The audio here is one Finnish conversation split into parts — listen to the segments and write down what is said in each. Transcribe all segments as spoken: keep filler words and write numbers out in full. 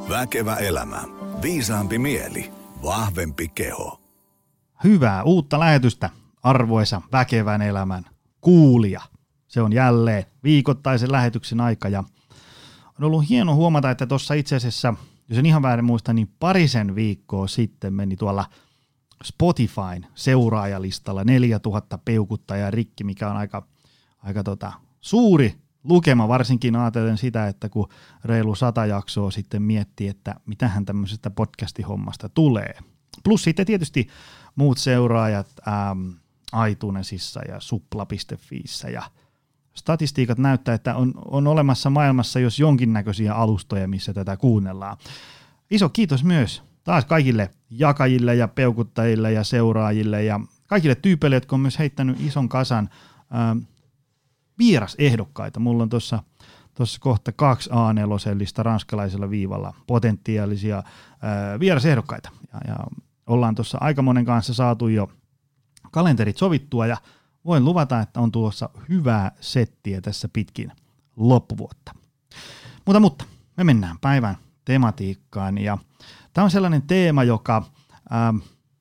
Väkevä elämä. Viisaampi mieli. Vahvempi keho. Hyvää uutta lähetystä, arvoisa Väkevän elämän kuulija. Se on jälleen viikoittaisen lähetyksen aika ja on ollut hieno huomata, että tuossa itse asiassa, jos en ihan väärin muista, niin parisen viikkoa sitten meni tuolla Spotifyn seuraajalistalla neljätuhatta peukuttajaa rikki, mikä on aika, aika tota, suuri lukema, varsinkin ajatellen sitä, että kun reilu sata jaksoa sitten miettii, että mitähän tämmöisestä podcastihommasta tulee. Plus sitten tietysti muut seuraajat ähm, iTunesissa ja supla piste fiissä ja statistiikat näyttää, että on, on olemassa maailmassa jos jonkinnäköisiä alustoja, missä tätä kuunnellaan. Iso kiitos myös taas kaikille jakajille ja peukuttajille ja seuraajille ja kaikille tyypeille, jotka on myös heittänyt ison kasan ähm, vierasehdokkaita. Mulla on tuossa kohta kaksi A neljä ranskalaisella viivalla potentiaalisia ää, vierasehdokkaita. Ja, ja ollaan tuossa aika monen kanssa saatu jo kalenterit sovittua ja voin luvata, että on tulossa hyvää settiä tässä pitkin loppuvuotta. Mutta, mutta me mennään päivän tematiikkaan ja tämä on sellainen teema, joka ää,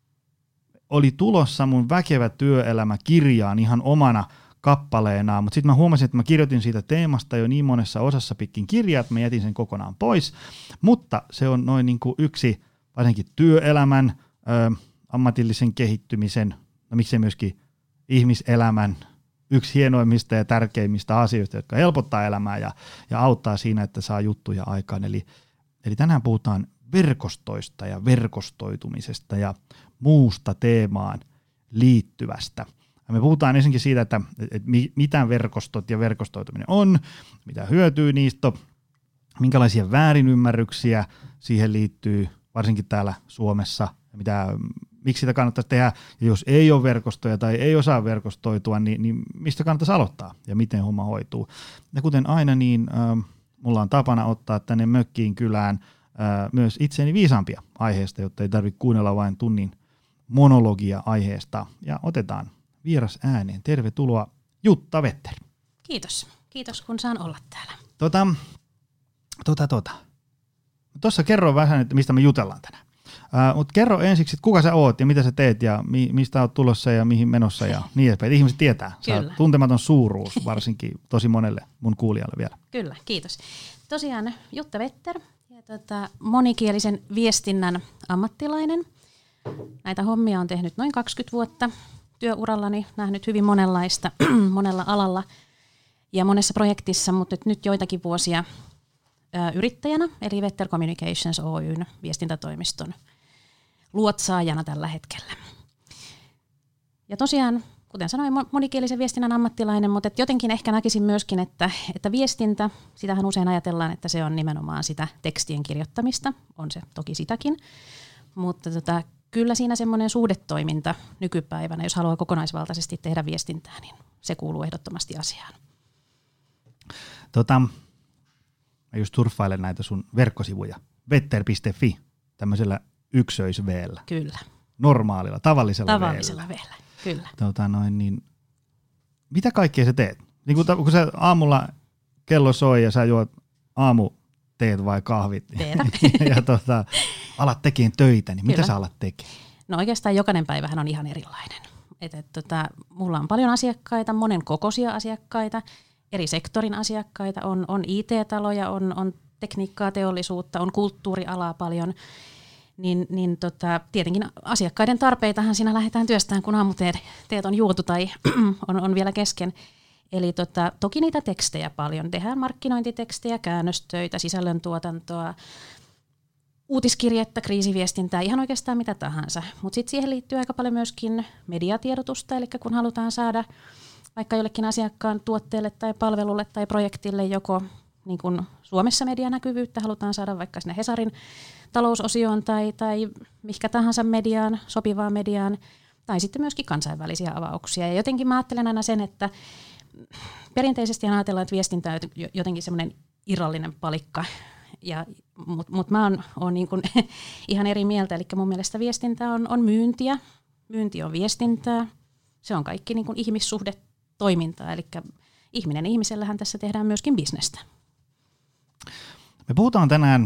oli tulossa mun Väkevä työelämä -kirjaan ihan omana kappaleenaan, mutta sitten mä huomasin, että mä kirjoitin siitä teemasta jo niin monessa osassa pitkin kirjaa, että mä jätin sen kokonaan pois, mutta se on noin niin kuin yksi varsinkin työelämän, ö, ammatillisen kehittymisen, no miksei myöskin ihmiselämän yksi hienoimmista ja tärkeimmistä asioista, jotka helpottaa elämää ja, ja auttaa siinä, että saa juttuja aikaan. Eli, eli tänään puhutaan verkostoista ja verkostoitumisesta ja muusta teemaan liittyvästä. Me puhutaan ensinnäkin siitä, että, että mitä verkostot ja verkostoituminen on, mitä hyötyy niistä, minkälaisia väärinymmärryksiä siihen liittyy, varsinkin täällä Suomessa, mitä, miksi sitä kannattaisi tehdä, ja jos ei ole verkostoja tai ei osaa verkostoitua, niin, niin mistä kannattaisi aloittaa ja miten homma hoituu. Ja kuten aina, niin äh, mulla on tapana ottaa tänne mökkiin kylään äh, myös itseäni viisaampia aiheesta, jotta ei tarvitse kuunnella vain tunnin monologia aiheesta, ja otetaan vieras ääneen. Tervetuloa Jutta Vetter. Kiitos. Kiitos kun saan olla täällä. Tota, tota, tota. Tuossa kerro vähän, että mistä me jutellaan tänään. Uh, Mutta kerro ensiksi, että kuka sä oot ja mitä sä teet ja mi- mistä oot tulossa ja mihin menossa ja niin edespäin. Ihmiset tietää. Sä oot tuntematon suuruus varsinkin tosi monelle mun kuulijalle vielä. Kyllä, kiitos. Tosiaan Jutta Vetter ja tota, monikielisen viestinnän ammattilainen. Näitä hommia on tehnyt noin kaksikymmentä vuotta. Työurallani nähnyt hyvin monenlaista monella alalla ja monessa projektissa, mutta nyt joitakin vuosia ää, yrittäjänä, eli Vetter Communications Oyn viestintätoimiston luotsaajana tällä hetkellä. Ja tosiaan, kuten sanoin, monikielisen viestinnän ammattilainen, mutta jotenkin ehkä näkisin myöskin, että, että viestintä, sitähän usein ajatellaan, että se on nimenomaan sitä tekstien kirjoittamista, on se toki sitäkin, mutta tota, kyllä siinä semmoinen suhdetoiminta nykypäivänä, jos haluaa kokonaisvaltaisesti tehdä viestintää, niin se kuuluu ehdottomasti asiaan. Tota, mä just surffailen näitä sun verkkosivuja. vetter piste fi, tämmöisellä ykköis-veellä. Kyllä. Normaalilla, tavallisella, tavallisella veellä. Kyllä. Tota noin, niin, mitä kaikkea sä teet? Niin kun, kun sä aamulla kello soi ja sä juot aamu teet vai kahvit ja tota, alat tekemään töitä, niin Kyllä. mitä sä alat tekemään? No oikeastaan jokainen päivähän on ihan erilainen. Et, et, tota, mulla on paljon asiakkaita, monen kokoisia asiakkaita, eri sektorin asiakkaita, on, on I T-taloja, on, on tekniikkaa, teollisuutta, on kulttuurialaa paljon. Niin, niin tota, tietenkin asiakkaiden tarpeitahan siinä lähdetään työstämään, kun aamuteet teet on juotu tai on, on vielä kesken. Eli tota, toki niitä tekstejä paljon. Tehdään markkinointitekstejä, käännöstöitä, sisällöntuotantoa, uutiskirjettä, kriisiviestintää, ihan oikeastaan mitä tahansa. Mutta sitten siihen liittyy aika paljon myöskin mediatiedotusta, eli kun halutaan saada vaikka jollekin asiakkaan tuotteelle tai palvelulle tai projektille joko niin kun Suomessa medianäkyvyyttä, halutaan saada vaikka sinne Hesarin talousosioon tai, tai mihinkä tahansa mediaan, sopivaan mediaan, tai sitten myöskin kansainvälisiä avauksia. Ja jotenkin mä ajattelen aina sen, että perinteisesti ajatellaan, että viestintä on jotenkin semmoinen irrallinen palikka, mutta mut mä oon, oon niin kuin ihan eri mieltä. Eli mun mielestä viestintä on, on myyntiä, myynti on viestintää, se on kaikki niin kuin ihmissuhdetoimintaa, eli ihminen ihmisellähän tässä tehdään myöskin bisnestä. Me puhutaan tänään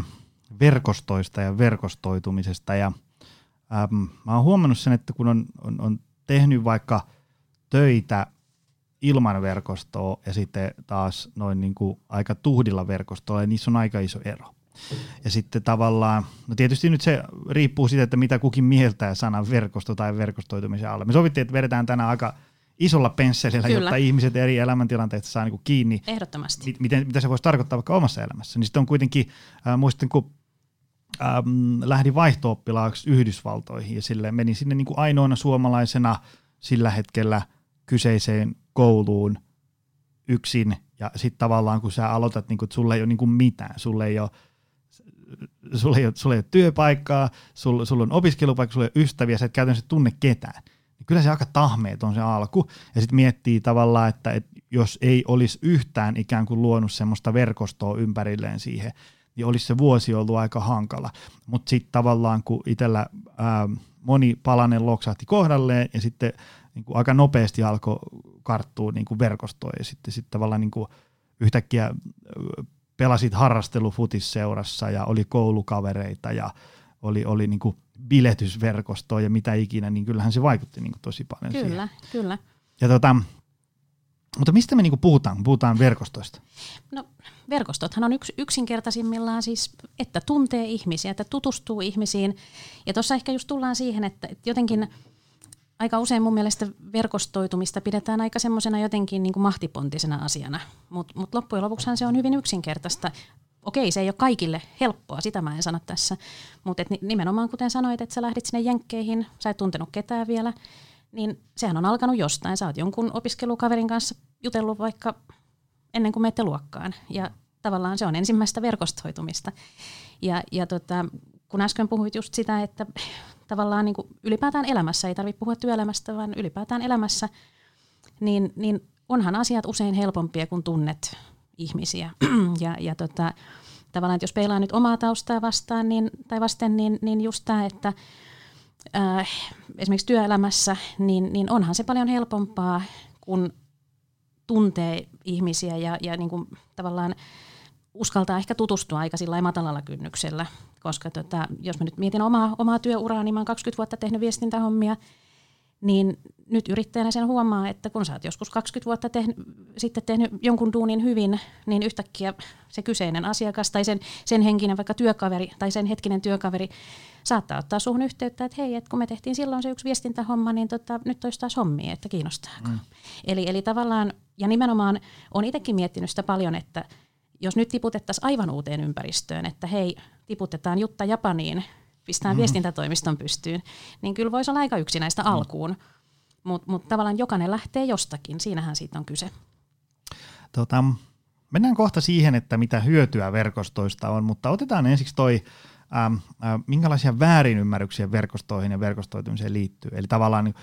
verkostoista ja verkostoitumisesta. Ja, ähm, mä oon huomannut sen, että kun on, on, on tehnyt vaikka töitä ilman verkostoa ja sitten taas noin niin kuin aika tuhdilla verkostolla, ja niissä on aika iso ero. Ja sitten tavallaan, no tietysti nyt se riippuu siitä, että mitä kukin mieltää sanan verkosto tai verkostoitumisen alle. Me sovittiin, että vedetään tänään aika isolla pensselillä, Kyllä. jotta ihmiset eri elämäntilanteista saa niinku kiinni, Ehdottomasti. Miten, mitä se voisi tarkoittaa vaikka omassa elämässä. Niin sitten on kuitenkin, äh, muistan kun ähm, lähdin vaihto-oppilaaksi Yhdysvaltoihin ja silleen menin sinne niinku ainoana suomalaisena sillä hetkellä kyseiseen kouluun yksin. Ja sitten tavallaan kun sä aloitat, niinku, että sulla ei ole niinku mitään, sulla ei ole Sulla ei, ole, sulla ei ole työpaikkaa, sulla, sulla on opiskelupaikka, sulla ei ole ystäviä, sä et käytännössä tunne ketään. Kyllä se aika tahmeet on se alku. Ja sitten miettii tavallaan, että, että jos ei olisi yhtään ikään kuin luonut semmoista verkostoa ympärilleen siihen, niin olisi se vuosi ollut aika hankala. Mutta sitten tavallaan kun itsellä ää, moni palanen loksahti kohdalleen ja sitten niin kuin aika nopeasti alkoi karttua niin kuin verkostoa ja sitten sit tavallaan niin kuin yhtäkkiä pelasit harrastelufutisseurassa ja oli koulukavereita ja oli, oli niin kuin biletysverkostoa ja mitä ikinä, niin kyllähän se vaikutti niin kuin tosi paljon Kyllä, siihen. kyllä. Ja tota, mutta mistä me niin kuin puhutaan, puhutaan verkostoista? No verkostothan on yks, yksinkertaisimmillaan siis, että tuntee ihmisiä, että tutustuu ihmisiin. Ja tuossa ehkä just tullaan siihen, että, että jotenkin aika usein mun mielestä verkostoitumista pidetään aika semmoisena jotenkin niin kuin mahtipontisena asiana, mutta mut loppujen lopuksihan se on hyvin yksinkertaista. Okei, se ei ole kaikille helppoa, sitä mä en sano tässä, mutta nimenomaan kuten sanoit, että sä lähdit sinne jenkkeihin, sä et tuntenut ketään vielä, niin sehän on alkanut jostain. Sä oot jonkun opiskelukaverin kanssa jutellut vaikka ennen kuin menette luokkaan ja tavallaan se on ensimmäistä verkostoitumista. Ja, ja tota, kun äsken puhuit just sitä, että tavallaan niin kuin ylipäätään elämässä, ei tarvitse puhua työelämästä, vaan ylipäätään elämässä, niin, niin onhan asiat usein helpompia, kun tunnet ihmisiä. ja, ja tota, tavallaan, että jos peilaa nyt omaa taustaa vastaan niin, tai vasten, niin, niin just tämä, että äh, esimerkiksi työelämässä, niin, niin onhan se paljon helpompaa, kun tuntee ihmisiä ja, ja niin kuin tavallaan uskaltaa ehkä tutustua aika sillä matalalla kynnyksellä, koska tota, jos mä nyt mietin omaa, omaa työuraa, niin mä oon kaksikymmentä vuotta tehnyt viestintähommia, niin nyt yrittäjänä sen huomaa, että kun sä oot joskus kaksikymmentä vuotta tehnyt, sitten tehnyt jonkun duunin hyvin, niin yhtäkkiä se kyseinen asiakas tai sen, sen henkinen vaikka työkaveri tai sen hetkinen työkaveri saattaa ottaa suhun yhteyttä, että hei, että kun me tehtiin silloin se yksi viestintähomma, niin tota, nyt olisi taas hommia, että kiinnostaako. Mm. Eli, eli tavallaan, ja nimenomaan olen itsekin miettinyt sitä paljon, että jos nyt tiputettaisiin aivan uuteen ympäristöön, että hei, tiputetaan Jutta Japaniin, pistetään mm. viestintätoimiston pystyyn, niin kyllä voisi olla aika yksinäistä mm. alkuun. Mutta mut tavallaan jokainen lähtee jostakin, siinähän siitä on kyse. Tota, mennään kohta siihen, että mitä hyötyä verkostoista on, mutta otetaan ensiksi toi, ähm, äh, minkälaisia väärinymmärryksiä verkostoihin ja verkostoitumiseen liittyy. Eli tavallaan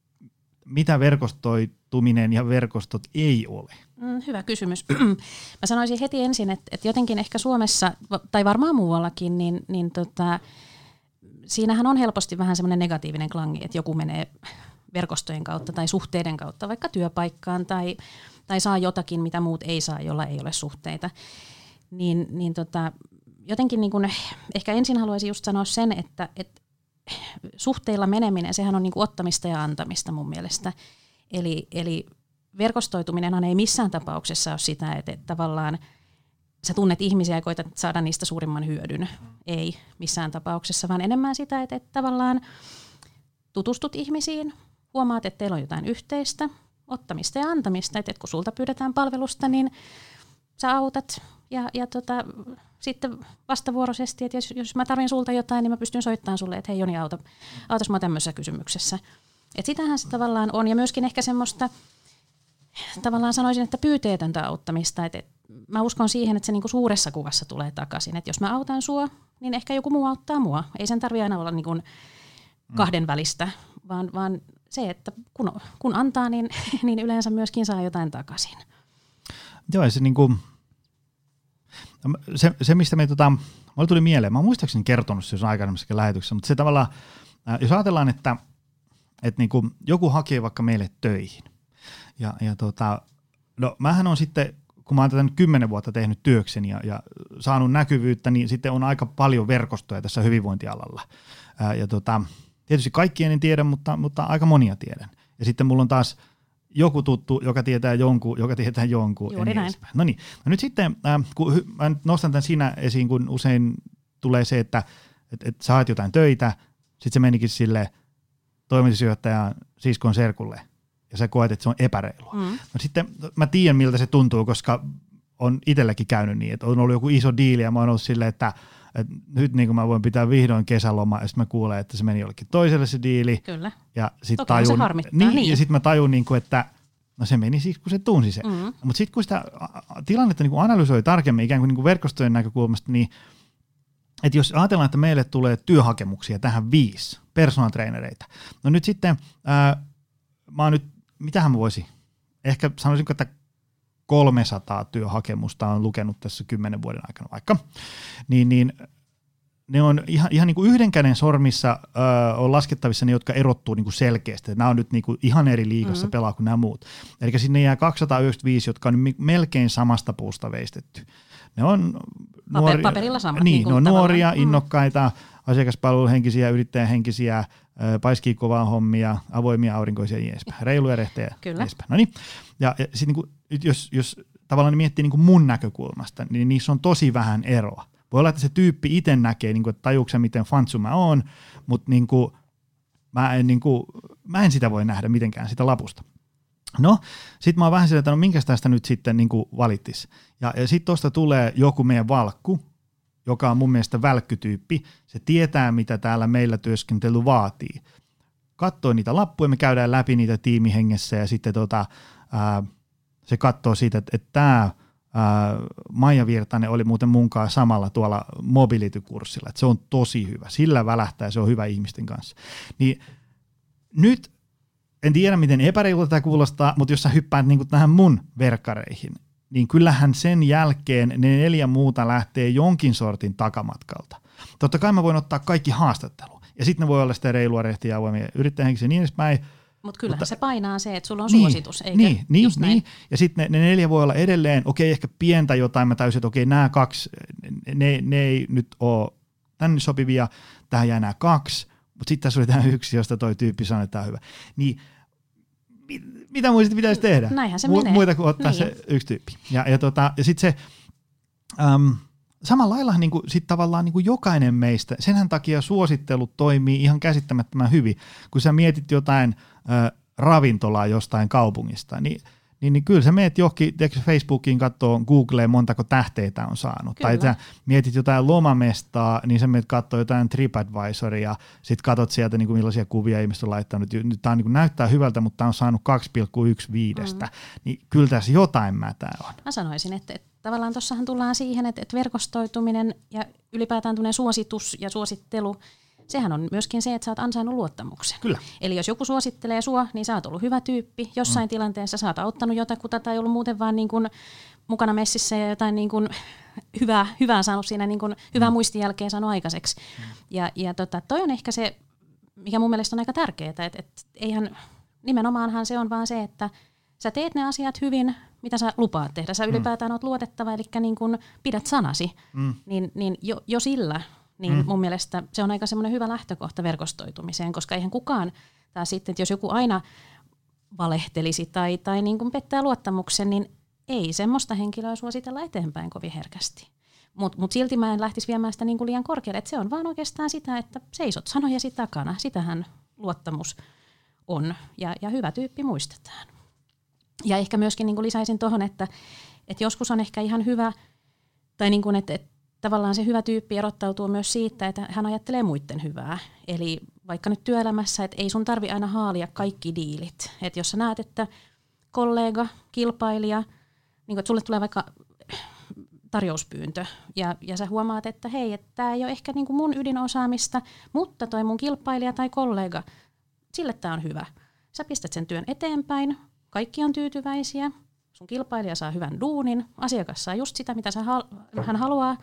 mitä verkostoituminen ja verkostot ei ole. Mm, hyvä kysymys. Mä sanoisin heti ensin, että, että jotenkin ehkä Suomessa, tai varmaan muuallakin, niin, niin tota, siinähän on helposti vähän semmoinen negatiivinen klangi, että joku menee verkostojen kautta tai suhteiden kautta vaikka työpaikkaan tai, tai saa jotakin, mitä muut ei saa, jolla ei ole suhteita. Niin, niin tota, jotenkin niin kun, ehkä ensin haluaisin just sanoa sen, että, että suhteilla meneminen, sehän on niin kuin ottamista ja antamista mun mielestä. Eli, eli verkostoituminenhan ei missään tapauksessa ole sitä, että, että tavallaan sä tunnet ihmisiä ja koetat saada niistä suurimman hyödyn. Ei missään tapauksessa, vaan enemmän sitä, että, että tavallaan tutustut ihmisiin, huomaat, että teillä on jotain yhteistä, ottamista ja antamista. Että, että kun sulta pyydetään palvelusta, niin sä autat ja, ja tota, sitten vastavuoroisesti, että jos, jos mä tarvin sulta jotain, niin mä pystyn soittamaan sulle, että hei Joni, auta, autas mua tämmöisessä kysymyksessä. Että sitähän se tavallaan on, ja myöskin ehkä semmoista, tavallaan sanoisin, että pyyteetöntä auttamista. Että, että mä uskon siihen, että se niinku suuressa kuvassa tulee takaisin. Että jos mä autan sua, niin ehkä joku muu auttaa mua. Ei sen tarvitse aina olla niinku kahden välistä, vaan, vaan se, että kun, kun antaa, niin, niin yleensä myöskin saa jotain takaisin. Joo, se niinku... Se, se, mistä me, tota, mulle tuli mieleen, mä oon muistaakseni kertonut se jossain aikaisemmassakin lähetyksessä, mutta se tavallaan, jos ajatellaan, että, että niinku joku hakee vaikka meille töihin, ja, ja tota, no mähän on sitten kun mä oon tätä nyt kymmenen vuotta tehnyt työkseni ja, ja saanut näkyvyyttä, niin sitten on aika paljon verkostoja tässä hyvinvointialalla. Ää, ja tota, tietysti kaikkien en tiedä, mutta, mutta aika monia tiedän. Ja sitten mulla on taas joku tuttu, joka tietää jonkun, joka tietää jonkun. Juuri näin. No niin, no nyt sitten, äh, kun hy, mä nostan tämän siinä esiin, kun usein tulee se, että et, et sä haet jotain töitä, sitten se menikin sille toimitusjohtajan siskon serkulle, ja sä koet, että se on epäreilua. Mm. No sitten mä tiedän, miltä se tuntuu, koska on itselläkin käynyt niin, että on ollut joku iso diili, ja mä oon ollut silleen, että että nyt niin kuin mä voin pitää vihdoin kesäloma, ja sitten mä kuulen, että se meni jollekin toiselle se diili. Kyllä. Ja sitten tajun, se harmittaa. Niin, niin. Ja sitten mä tajun, niin kuin, että no se meni siis, kun se tunsi se. Mm. Mutta sitten kun sitä tilannetta niin kuin analysoi tarkemmin ikään kuin, niin kuin verkostojen näkökulmasta, niin että jos ajatellaan, että meille tulee työhakemuksia tähän viisi personal-trainereita. No nyt sitten, ää, mä oon nyt, mitähän mä voisin, ehkä sanoisinko, että kolmesataa työhakemusta on lukenut tässä kymmenen vuoden aikana vaikka, niin, niin ne on ihan, ihan niin kuin yhden käden sormissa ö, on laskettavissa ne, jotka erottuu niin kuin selkeästi. Nämä on nyt niin kuin ihan eri liigassa mm-hmm. pelaa kuin nämä muut. Eli sinne jää kaksisataayhdeksänkymmentäviisi, jotka on melkein samasta puusta veistetty. Ne on nuori, paperilla samat. Niin, niin ne on tavallaan. nuoria, innokkaita, asiakaspalveluhenkisiä, yrittäjähenkisiä, paiskii kovaa hommia, avoimia, aurinkoisia ja edespäin. Reiluja, rehtejä ja edespäin. No niin. Ja, ja sitten niin jos, jos tavallaan miettii niin kuin mun näkökulmasta, niin niissä on tosi vähän eroa. Voi olla, että se tyyppi itse näkee, niin kuin, että tajuuko se, miten fantsu mä oon, mutta niin kuin, mä, en, niin kuin, mä en sitä voi nähdä mitenkään sitä lapusta. No, sit mä oon vähän sillä, että no minkäs tästä nyt sitten niin kuin valittis. Ja, ja sit tosta tulee joku meidän valkku, joka on mun mielestä välkkytyyppi. Se tietää, mitä täällä meillä työskentely vaatii. Katsoo niitä lappuja, me käydään läpi niitä tiimihengessä ja sitten tota, ää, se katsoo siitä, että, että tämä Maija Virtanen oli muuten munkaan samalla tuolla mobility-kurssilla, että se on tosi hyvä. Sillä välähtää ja se on hyvä ihmisten kanssa. Niin nyt en tiedä, miten epäreilulta tämä kuulostaa, mutta jos sä hyppäät niin kuin tähän mun verkkareihin, niin kyllähän sen jälkeen ne neljä muuta lähtee jonkin sortin takamatkalta. Totta kai mä voin ottaa kaikki haastatteluun. Ja sitten ne voi olla sitä reilua, rehtiä, avoimia yrittäjähenkisiä ja niin edespäin. Mut kyllähän mutta, se painaa se, että sulla on niin, suositus, eikö? Niin, niin, niin. Ja sitten ne, ne neljä voi olla edelleen, okei, ehkä pientä jotain, mä täysin, että okei, nämä kaksi, ne, ne ei nyt ole tänne sopivia, tähän jää nämä kaksi, mutta sitten tässä oli tämä yksi, josta toi tyyppi sanoi, että tämä on hyvä. Niin, mit, mitä muista pitäisi tehdä? Näinhän se Mu- menee. Muita kuin ottaa niin. se yksi tyyppi. Ja, ja, tota, ja sitten se, äm, samalla lailla niin kuin, sit tavallaan niin kuin jokainen meistä, senhän takia suosittelut toimii ihan käsittämättömän hyvin, kun sä mietit jotain äh, ravintolaa jostain kaupungista, niin, niin, niin kyllä sä meet johonkin Facebookiin katsoo Googleen, montako tähteitä on saanut. Kyllä. Tai sä mietit jotain lomamestaa, niin sä meet katsoo jotain TripAdvisoria, sit katot sieltä niin kuin millaisia kuvia ihmiset on laittanut. Nyt tää on, niin kuin näyttää hyvältä, mutta tää on saanut kaksi pilkku yksi viidestä. Mm. Niin kyllä tässä jotain mätää on. Mä sanoisin, että, että tavallaan tuossahan tullaan siihen, että, että verkostoituminen ja ylipäätään tunnen suositus ja suosittelu, sehän on myöskin se, että sä oot ansainnut luottamuksen. Kyllä. Eli jos joku suosittelee sua, niin sä oot ollut hyvä tyyppi. Jossain mm. tilanteessa sä oot auttanut jotakuta tai ollut muuten vaan niin kuin mukana messissä ja jotain niin kuin hyvää, hyvää saanut siinä, niin kuin hyvää mm. muistijälkeä saanut aikaiseksi. Mm. Ja, ja tota, toi on ehkä se, mikä mun mielestä on aika tärkeää, että et, eihän, nimenomaanhan se on vaan se, että sä teet ne asiat hyvin, mitä sä lupaat tehdä. Sä ylipäätään mm. oot luotettava, eli niin kuin pidät sanasi, mm. niin, niin jo, jo sillä niin mm. mun mielestä se on aika semmoinen hyvä lähtökohta verkostoitumiseen, koska eihän kukaan taas sitten, että jos joku aina valehtelisi tai, tai niin kuin pettää luottamuksen, niin ei semmoista henkilöä suositella eteenpäin kovin herkästi. Mutta mut silti mä en lähtisi viemään sitä niin kuin liian korkealle, että se on vaan oikeastaan sitä, että seisot sanojasi takana. Sitähän luottamus on ja, ja hyvä tyyppi muistetaan. Ja ehkä myöskin niin kuin lisäisin tuohon, että, että joskus on ehkä ihan hyvä, tai niin kuin, että, että tavallaan se hyvä tyyppi erottautuu myös siitä, että hän ajattelee muiden hyvää. Eli vaikka nyt työelämässä, että ei sun tarvi aina haalia kaikki diilit. Että jos sä näet, että kollega, kilpailija, niin että sulle tulee vaikka tarjouspyyntö, ja, ja sä huomaat, että hei, että tämä ei ole ehkä niin kuin mun ydinosaamista, mutta toi mun kilpailija tai kollega, sille tämä on hyvä. Sä pistät sen työn eteenpäin, kaikki on tyytyväisiä, sun kilpailija saa hyvän duunin, asiakas saa just sitä, mitä sä hal- hän haluaa.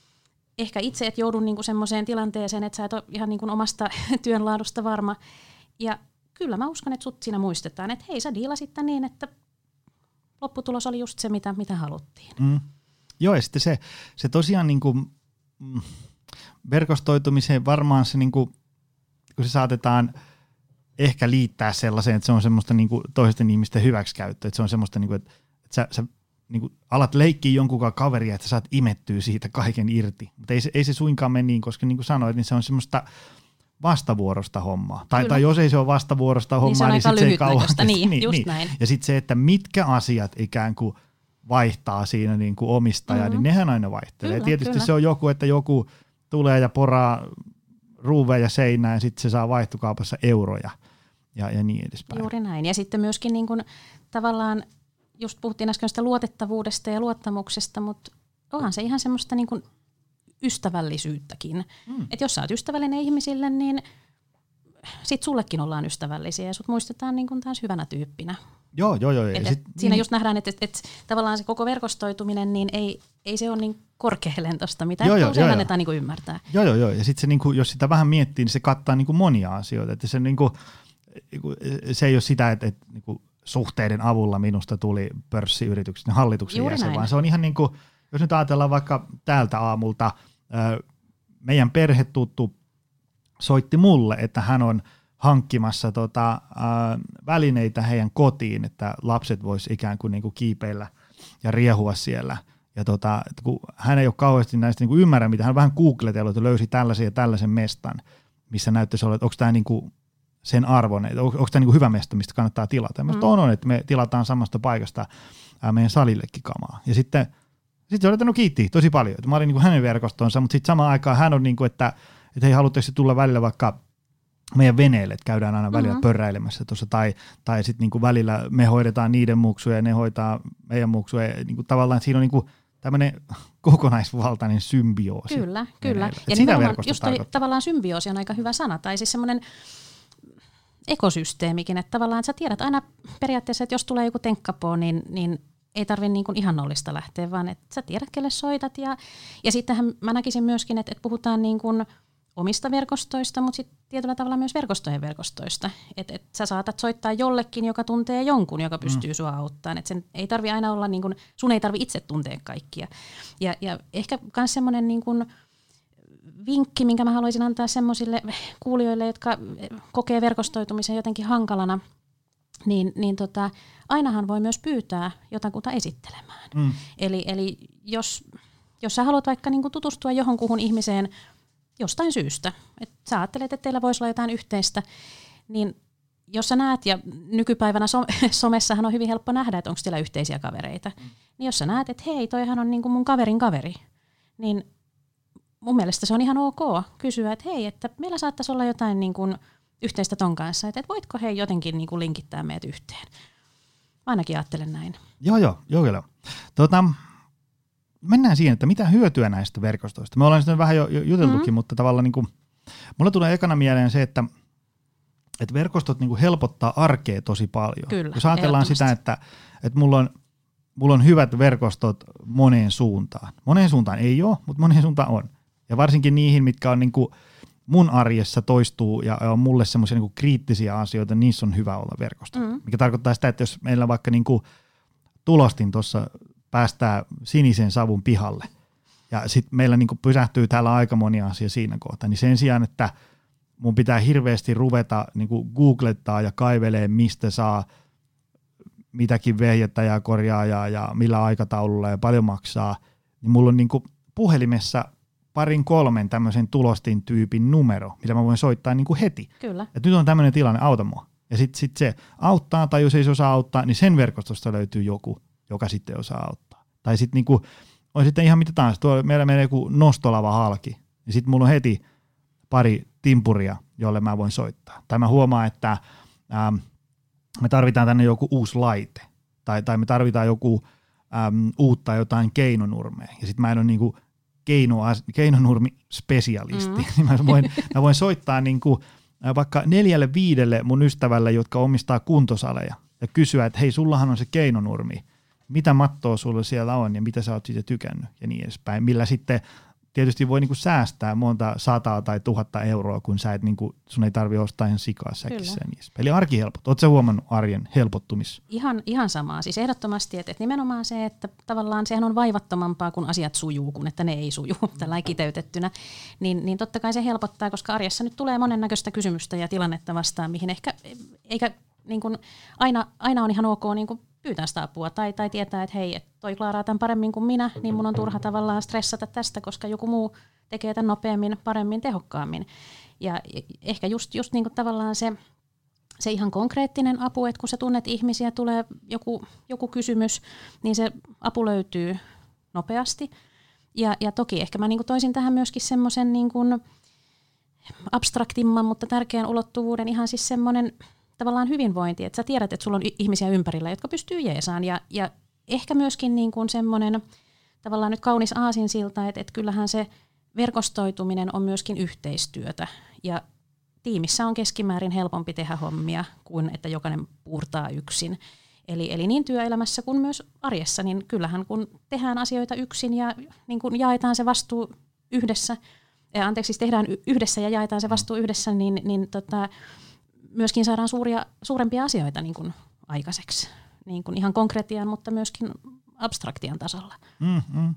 Ehkä itse et joudu niinku semmoiseen tilanteeseen, että sä et ole ihan niinku omasta työnlaadusta varma. Ja kyllä mä uskon, että sut siinä muistetaan, että hei, sä diilasit niin, että lopputulos oli just se, mitä, mitä haluttiin. Mm. Joo, ja sitten se, se tosiaan niin kuin, mm, verkostoitumiseen varmaan se, niin kuin, kun se saatetaan ehkä liittää sellaiseen, että se on semmoista niin kuin toisten ihmisten hyväksikäyttöä, että se on semmoista, niin kuin, että, että sä, sä niin kuin alat leikkiä jonkunkaan kaveria, että sä saat imettyä siitä kaiken irti, mutta ei se, ei se suinkaan mene niin, koska niin kuin sanoit, niin se on semmoista vastavuorosta hommaa. Tai, tai jos ei se ole vastavuorosta hommaa, niin, niin sitten se ei kauan. Niin, niin, just niin. näin. Ja sitten se, että mitkä asiat ikään kuin vaihtaa siinä niin kuin omistaja, mm-hmm. niin nehän aina vaihtelee. Kyllä, tietysti kyllä. Se on joku, että joku tulee ja poraa ruuveja ja seinään ja sitten se saa vaihtokaupassa euroja ja, ja niin edespäin. Juuri näin. Ja sitten myöskin niin kuin, tavallaan, just puhuttiin äsken sitä luotettavuudesta ja luottamuksesta, mutta onhan se ihan semmoista niin kuin ystävällisyyttäkin. Mm. Että jos sä oot ystävällinen ihmisille, niin sit sullekin ollaan ystävällisiä ja sut muistetaan niin kuin taas hyvänä tyyppinä. Joo, joo, joo. Et, et sit, siinä niin. just nähdään, että et, et, tavallaan se koko verkostoituminen, niin ei, ei se ole niin korkealentoista, mitä joo, joo, usein joo, annetaan niin kuin ymmärtää. Joo, joo, joo. Ja sitten se, niin kuin, jos sitä vähän miettii, niin se kattaa niin kuin monia asioita. Että se, niin kuin, se ei ole sitä, että, että niin kuin suhteiden avulla minusta tuli pörssiyrityksen hallituksen Juuri jäsen, näin. vaan se on ihan niin kuin, jos nyt ajatellaan vaikka täältä aamulta, meidän perhetuttu soitti mulle, että hän on hankkimassa tota, äh, välineitä heidän kotiin, että lapset vois ikään kuin, niin kuin kiipeillä ja riehua siellä. Ja tota, kun hän ei ole kauheasti näistä niin kuin ymmärrä, mitä hän on vähän googletellut ja löysi tällaisen ja tällaisen mestan, missä näyttäisi olla, että onko tämä niin kuin sen arvoinen, onko, onko tämä niin kuin hyvä mesta, mistä kannattaa tilata. Mm. Minusta on, että me tilataan samasta paikasta äh, meidän salillekin kamaa. Ja sitten Sitten se oli ottanut kiittiä tosi paljon. Mä olin niin kuin hänen verkostonsa, mutta sitten samaan aikaan hän on, niin kuin, että, että hei, haluatteko tulla välillä vaikka meidän veneelle, että käydään aina välillä mm-hmm. pörräilemässä tuossa, tai, tai sitten niin välillä me hoidetaan niiden muksuja ja ne hoitaa meidän muksuja. Ja niin kuin tavallaan siinä on niin kuin tämmöinen kokonaisvaltainen symbioosi. Kyllä, kyllä. Ja sitä verkosto just toi, tavallaan symbioosi on aika hyvä sana, tai siis semmoinen ekosysteemikin, että tavallaan että sä tiedät aina periaatteessa, että jos tulee joku tenkkapoo, niin, niin ei tarvitse niin kuin ihan nollista lähteä, vaan että sä tiedät, kelle soitat. Ja, ja sittenhän mä näkisin myöskin, että, että puhutaan niin kuin omista verkostoista, mutta sitten tietyllä tavalla myös verkostojen verkostoista. Että et sä saatat soittaa jollekin, joka tuntee jonkun, joka pystyy mm. sua auttamaan. Että sen ei tarvi aina olla, niin kuin, sun ei tarvi itse tuntea kaikkia. Ja, ja ehkä myös semmoinen niin kuin vinkki, minkä mä haluaisin antaa semmoisille kuulijoille, jotka kokee verkostoitumisen jotenkin hankalana, niin, niin tota, ainahan voi myös pyytää jotakuta esittelemään. Mm. Eli, eli jos, jos sä haluat vaikka niinku tutustua johonkuhun ihmiseen jostain syystä, että sä ajattelet, että teillä voisi olla jotain yhteistä, niin jos sä näet, ja nykypäivänä so, somessahan on hyvin helppo nähdä, että onko teillä yhteisiä kavereita, mm. niin jos sä näet, että hei, toihan on niinku mun kaverin kaveri, niin mun mielestä se on ihan ok kysyä, että hei, että meillä saattaisi olla jotain niinku yhteistä ton kanssa, että et voitko he jotenkin niinku linkittää meidät yhteen. Mä ainakin ajattelen näin. Joo, joo, joo, joo. Tota, mennään siihen, että mitä hyötyä näistä verkostoista. Me ollaan sitten vähän jo juteltukin, mm-hmm. mutta tavallaan niinku, mulle tulee ekana mieleen se, että, että verkostot niinku helpottaa arkea tosi paljon. Kyllä, jos ajatellaan sitä, että, että mulla on, mulla on hyvät verkostot moneen suuntaan. Moneen suuntaan ei ole, mutta moneen suuntaan on. Ja varsinkin niihin, mitkä on niinku mun arjessa toistuu ja on mulle semmoisia niinku kriittisiä asioita, niissä on hyvä olla verkosto. Mm. Mikä tarkoittaa sitä, että jos meillä vaikka niinku tulostin tuossa päästää sinisen savun pihalle ja sitten meillä niinku pysähtyy täällä aika moni asia siinä kohtaa, niin sen sijaan, että mun pitää hirveästi ruveta niinku googlettaa ja kaivelee, mistä saa mitäkin vehjettä ja korjaajaa ja millä aikataululla ja paljon maksaa, niin mulla on niinku puhelimessa parin kolmen tämmöisen tulostin tyypin numero, mitä mä voin soittaa niin kuin heti. Kyllä. Et nyt on tämmöinen tilanne, auta mua. Ja sitten sit se auttaa, tai jos ei se osaa auttaa, niin sen verkostosta löytyy joku, joka sitten osaa auttaa. Tai sitten niinku, on sitten ihan mitä tahansa, tuolla meillä menee joku nostolava halki, niin sitten mulla on heti pari timpuria, jolle mä voin soittaa. Tai mä huomaan, että ähm, me tarvitaan tänne joku uusi laite, tai, tai me tarvitaan joku ähm, uutta jotain keinonurmea, ja sitten mä en ole niinku Keino, keinonurmi-spesialisti, mm. niin mä voin, mä voin soittaa niin kuin vaikka neljälle viidelle mun ystävälle, jotka omistaa kuntosaleja, ja kysyä, että hei, sullahan on se keinonurmi, mitä mattoa sulla siellä on, ja mitä sä oot siitä tykännyt, ja niin edespäin, millä sitten tietysti voi niinku säästää monta sataa tai tuhatta euroa, kun sä et niinku, sun ei tarvitse ostaa ihan sikaa säkissä. Eli arki helpottuu. Oletko sä huomannut arjen helpottumis? Ihan, ihan samaa. Siis ehdottomasti, että, että nimenomaan se, että tavallaan sehän on vaivattomampaa, kun asiat sujuu, kun että ne ei suju tällä kiteytettynä. Niin, niin totta kai se helpottaa, koska arjessa nyt tulee monennäköistä kysymystä ja tilannetta vastaan, mihin ehkä, eikä niin kuin, aina, aina on ihan ok niin kuin pyytää sitä apua tai, tai tietää, että hei, että toi klaaraa tämän paremmin kuin minä, niin mun on turha tavallaan stressata tästä, koska joku muu tekee tämän nopeammin, paremmin, tehokkaammin. Ja ehkä just, just niin kuin tavallaan se, se ihan konkreettinen apu, että kun sä tunnet ihmisiä, tulee joku, joku kysymys, niin se apu löytyy nopeasti. Ja, ja toki ehkä mä niin kuin toisin tähän myöskin semmoisen niin kuin abstraktimman, mutta tärkeän ulottuvuuden, ihan siis semmoinen tavallaan hyvinvointi, että sä tiedät, että sulla on ihmisiä ympärillä, jotka pystyy jeesaan. Ja, ja ehkä myöskin niin kuin semmoinen tavallaan nyt kaunis aasinsilta, että, että kyllähän se verkostoituminen on myöskin yhteistyötä. Ja tiimissä on keskimäärin helpompi tehdä hommia kuin että jokainen puurtaa yksin. Eli, eli niin työelämässä kuin myös arjessa, niin kyllähän kun tehdään asioita yksin ja niin kun jaetaan se vastuu yhdessä, ja anteeksi, siis tehdään yhdessä ja jaetaan se vastuu yhdessä, niin, niin tota, myöskin saadaan suuria, suurempia asioita niin kun aikaiseksi. Niin kun ihan konkretian, mutta myöskin abstraktian tasolla. Mm-hmm.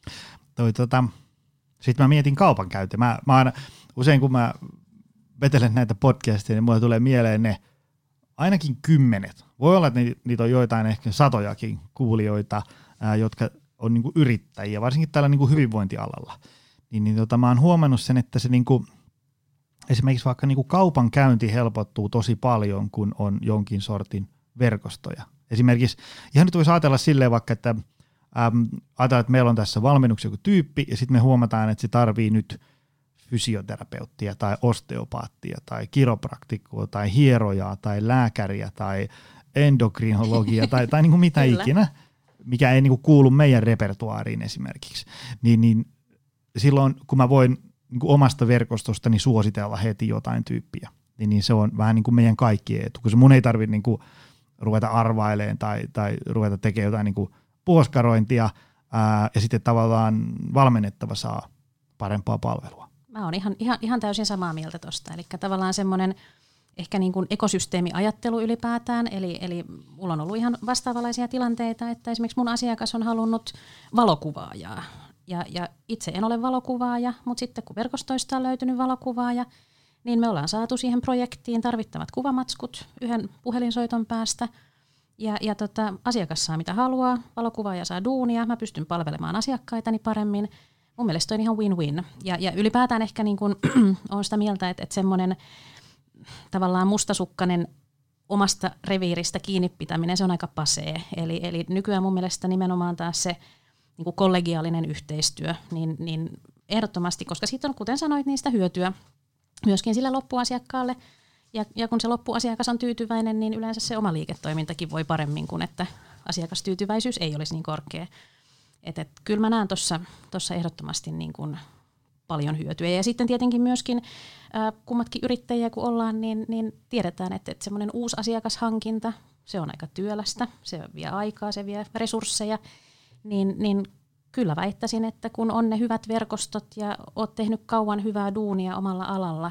Toi, tota, sitten mä mietin kaupankäyntiä. Mä, mä aina, usein kun mä vetelen näitä podcasteja, niin mulle tulee mieleen ne ainakin kymmenet. Voi olla, että niitä on joitain ehkä satojakin kuulijoita, ää, jotka on niinku yrittäjiä, varsinkin täällä niinku hyvinvointialalla. Niin, niin tota, mä oon huomannut sen, että se niinku, esimerkiksi vaikka niinku kaupankäynti helpottuu tosi paljon, kun on jonkin sortin verkostoja. Esimerkiksi ihan nyt voisi ajatella silleen vaikka, että äm, ajatellaan, että meillä on tässä valmennuksen joku tyyppi, ja sitten me huomataan, että se tarvii nyt fysioterapeuttia tai osteopaattia tai kiropraktikkoa tai hierojaa tai lääkäriä tai endokrinologia tai, tai niin kuin mitä ikinä, mikä ei niin kuin kuulu meidän repertuaariin esimerkiksi. Niin, niin silloin, kun mä voin niin kuin omasta verkostostani suositella heti jotain tyyppiä, niin, niin se on vähän niin kuin meidän kaikkien etu, kun mun ei tarvitse niin kuin ruveta arvailemaan tai, tai ruveta tekemään jotain niin kuin puoskarointia ää, ja sitten tavallaan valmennettava saa parempaa palvelua. Mä oon ihan, ihan, ihan täysin samaa mieltä tuosta. Eli tavallaan semmoinen ehkä niin kuin ekosysteemiajattelu ylipäätään. Eli, eli mulla on ollut ihan vastaavanlaisia tilanteita, että esimerkiksi mun asiakas on halunnut valokuvaajaa. Ja, ja itse en ole valokuvaaja, mutta sitten kun verkostoista on löytynyt valokuvaaja, niin me ollaan saatu siihen projektiin tarvittavat kuvamatskut yhden puhelinsoiton päästä. Ja, ja tota, asiakas saa mitä haluaa, valokuvaaja saa duunia, mä pystyn palvelemaan asiakkaitani paremmin. Mun mielestä on ihan win-win. Ja, ja ylipäätään ehkä niin kun, on sitä mieltä, että, että semmoinen tavallaan mustasukkainen omasta reviiristä kiinni pitäminen, se on aika pasee. Eli, eli nykyään mun mielestä nimenomaan taas se niin kuin kollegiaalinen yhteistyö, niin, niin ehdottomasti, koska siitä on, kuten sanoit, niistä hyötyä myöskin sille loppuasiakkaalle. Ja, ja kun se loppuasiakas on tyytyväinen, niin yleensä se oma liiketoimintakin voi paremmin kuin että asiakastyytyväisyys ei olisi niin korkea. Et, et, kyllä mä näen tuossa ehdottomasti niin kun paljon hyötyä. Ja sitten tietenkin myöskin ää, kummatkin yrittäjiä kun ollaan, niin, niin tiedetään, että et semmoinen uusi asiakashankinta, se on aika työlästä, se vie aikaa, se vie resursseja. Niin, niin kyllä väittäisin, että kun on ne hyvät verkostot ja oot tehnyt kauan hyvää duunia omalla alalla,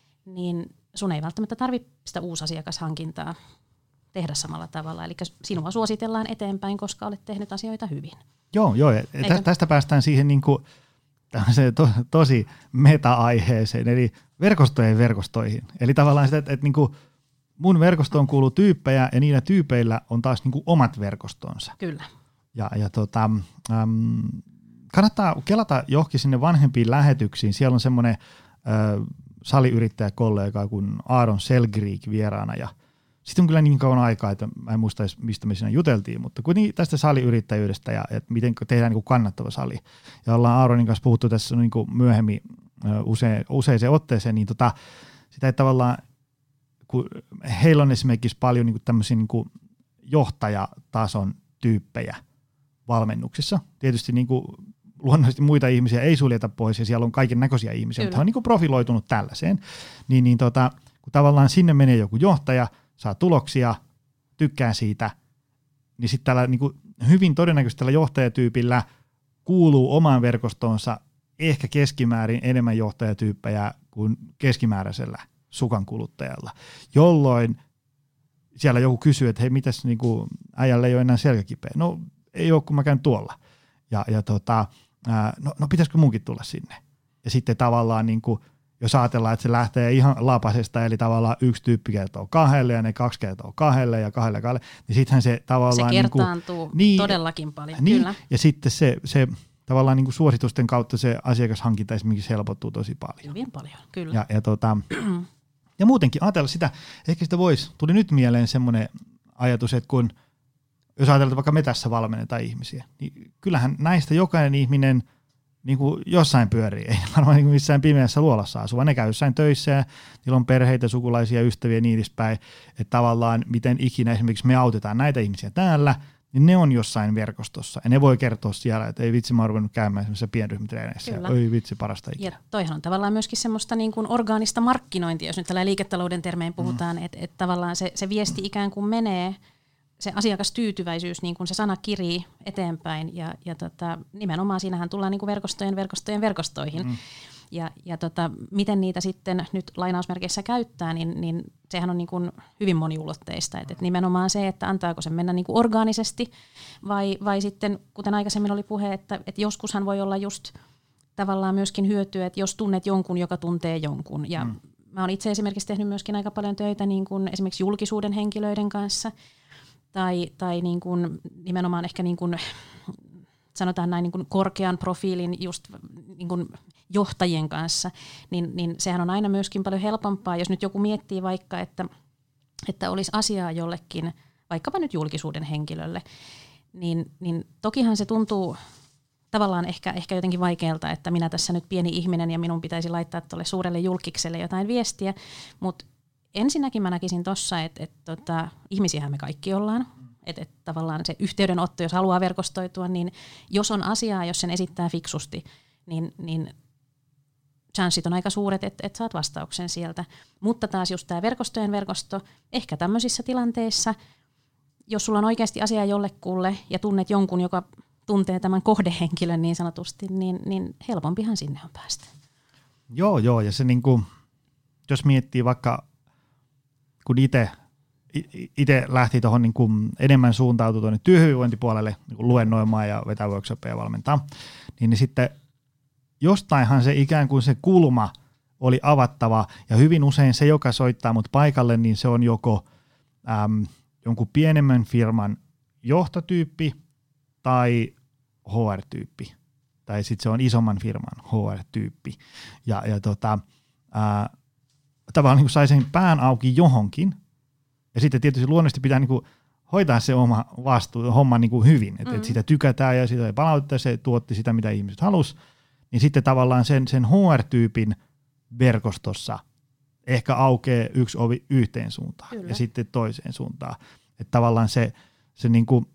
niin sun ei välttämättä tarvitse sitä uusasiakashankintaa tehdä samalla tavalla. Eli sinua suositellaan eteenpäin, koska olet tehnyt asioita hyvin. Joo, joo. Tä, tästä päästään siihen niin kuin, to, tosi meta-aiheeseen, eli verkostojen verkostoihin. Eli tavallaan sitä, että, että niin kuin mun verkostoon kuuluu tyyppejä, ja niillä tyypeillä on taas niin kuin omat verkostonsa. Kyllä. Ja, ja tota, äm, kannattaa kelata johonkin sinne vanhempiin lähetyksiin. Siellä on semmoinen äh, saliyrittäjäkollega kuin Aaron Selgriik vieraana, ja sitten on kyllä niin kauan aikaa, että mä en muista edes, mistä me siinä juteltiin, mutta kuitenkin tästä saliyrittäjyydestä ja että miten tehdään niin kuin kannattava sali. Ja ollaan Aaronin kanssa puhuttu tässä niin kuin myöhemmin use, useiseen otteeseen, niin tota, sitä ei tavallaan, kun heillä on esimerkiksi paljon niin kuin tämmöisiä niin kuin johtajatason tyyppejä valmennuksissa. Tietysti niin kuin luonnollisesti muita ihmisiä ei suljeta pois ja siellä on kaiken näköisiä ihmisiä, Kyllä. mutta he on niin kuin profiloitunut tällaiseen. Niin, niin tota, kun tavallaan sinne menee joku johtaja, saa tuloksia, tykkää siitä, niin sitten tällä niin kuin hyvin todennäköisesti tällä johtajatyypillä kuuluu omaan verkostoonsa ehkä keskimäärin enemmän johtajatyyppejä kuin keskimääräisellä sukan kuluttajalla, jolloin siellä joku kysyy, että hei, mitäs niinku, äijällä ei ole enää selkäkipeä. No ei ole, kun mä käyn tuolla. Ja, ja tota, ää, no, no pitäisikö munkin tulla sinne? Ja sitten tavallaan, niinku, jos ajatellaan, että se lähtee ihan lapasesta, eli tavallaan yksi tyyppi kertoo kahdelle ja ne kaksi kertoo kahdelle ja kahdelle kahdelle, niin sittenhän se tavallaan... Se kertaantuu niinku, niin, todellakin paljon, niin, kyllä. Ja sitten se, se tavallaan niinku suositusten kautta se asiakashankinta esimerkiksi helpottuu tosi paljon. Hyvin paljon, kyllä. Ja, ja tota... Ja muutenkin ajatella sitä, ehkä sitä voisi, tuli nyt mieleen semmoinen ajatus, että kun, jos ajatellaan vaikka me tässä valmennetaan ihmisiä, niin kyllähän näistä jokainen ihminen niin kuin jossain pyörii, ei varmaan niin kuin missään pimeässä luolassa asu, vaan ne käy jossain töissä ja niillä on perheitä, sukulaisia, ystäviä ja niin edespäin, että tavallaan miten ikinä esimerkiksi me autetaan näitä ihmisiä täällä, niin ne on jossain verkostossa ja ne voi kertoa siellä, että ei vitsi, mä oon ruvennut käymään semmoisessa pienryhmätreeneissä ja ei vitsi, parasta ikinä. Ja toihan on tavallaan myöskin semmoista niin kuin orgaanista markkinointia, jos nyt tällä liiketalouden termein puhutaan, mm. että et tavallaan se, se viesti ikään kuin menee, se asiakastyytyväisyys, niin kuin se sana kirii eteenpäin ja, ja tota, nimenomaan siinähän tullaan niin kuin verkostojen verkostojen verkostoihin. Mm. Ja, ja tota, miten niitä sitten nyt lainausmerkeissä käyttää, niin, niin sehän on niin kuin hyvin moniulotteista. Et, et nimenomaan se, että antaako se mennä niin kuin orgaanisesti vai, vai sitten, kuten aikaisemmin oli puhe, että, että joskushan voi olla just tavallaan myöskin hyötyä, että jos tunnet jonkun, joka tuntee jonkun. Ja mm. mä oon itse esimerkiksi tehnyt myöskin aika paljon töitä niin kuin esimerkiksi julkisuuden henkilöiden kanssa tai, tai niin kuin nimenomaan ehkä niin kuin, sanotaan näin niin kuin korkean profiilin just niin kuin johtajien kanssa, niin, niin sehän on aina myöskin paljon helpompaa, jos nyt joku miettii vaikka, että, että olisi asiaa jollekin, vaikkapa nyt julkisuuden henkilölle, niin, niin tokihan se tuntuu tavallaan ehkä, ehkä jotenkin vaikealta, että minä tässä nyt pieni ihminen ja minun pitäisi laittaa tuolle suurelle julkikselle jotain viestiä, mutta ensinnäkin mä näkisin tuossa, että, että tota, ihmisiähän me kaikki ollaan, että, että tavallaan se yhteydenotto, jos haluaa verkostoitua, niin jos on asiaa, jos sen esittää fiksusti, niin, niin chanssit on aika suuret, että, että saat vastauksen sieltä. Mutta taas just tämä verkostojen verkosto, ehkä tämmöisissä tilanteissa, jos sulla on oikeasti asia jollekulle ja tunnet jonkun, joka tuntee tämän kohdehenkilön niin sanotusti, niin, niin helpompihan sinne on päästä. Joo, joo, ja se niinku, jos miettii vaikka, kun itse itse lähti tuohon niinku enemmän suuntautua tuonne työhyvinvointipuolelle niinku luennoimaan ja vetää workshoppeja ja valmentaa, niin, niin sitten jostainhan se ikään kuin se kulma oli avattava, ja hyvin usein se, joka soittaa mut paikalle, niin se on joko äm, jonkun pienemmän firman johtotyyppi tai H R-tyyppi, tai sitten se on isomman firman H R-tyyppi. Ja, ja tota, ää, tavallaan niin sai sen pään auki johonkin, ja sitten tietysti luonnollisesti pitää niin kuin hoitaa se oma vastuu, homma niin kuin hyvin, että mm. et sitä tykätään ja sitä palautetta, se tuotti sitä, mitä ihmiset halusi, niin sitten tavallaan sen, sen H R-tyypin verkostossa ehkä aukeaa yksi ovi yhteen suuntaan Kyllä. ja sitten toiseen suuntaan. Että tavallaan se, se, niinku,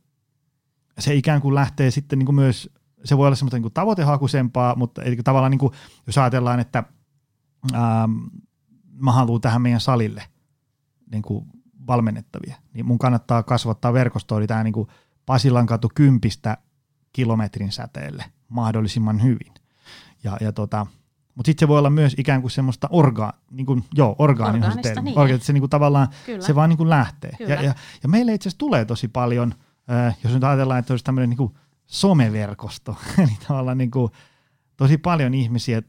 se ikään kuin lähtee sitten niinku myös, se voi olla semmoista niinku tavoitehakuisempaa, mutta eli tavallaan niinku, jos ajatellaan, että ähm, mä haluan tähän meidän salille niinku valmennettavia, niin mun kannattaa kasvattaa verkostoa, eli tämä niinku Pasilankatu kympistä kilometrin säteelle mahdollisimman hyvin. Ja, ja tota, mutta sitten se voi olla myös ikään kuin semmoista orga, niin kuin, joo, orgaanista, niin. Orga, että se niin kuin tavallaan Kyllä. se vaan niin kuin lähtee. Ja, ja, ja meille itse asiassa tulee tosi paljon, äh, jos nyt ajatellaan, että olisi tämmöinen niin kuin someverkosto, eli tavallaan niin kuin tosi paljon ihmisiä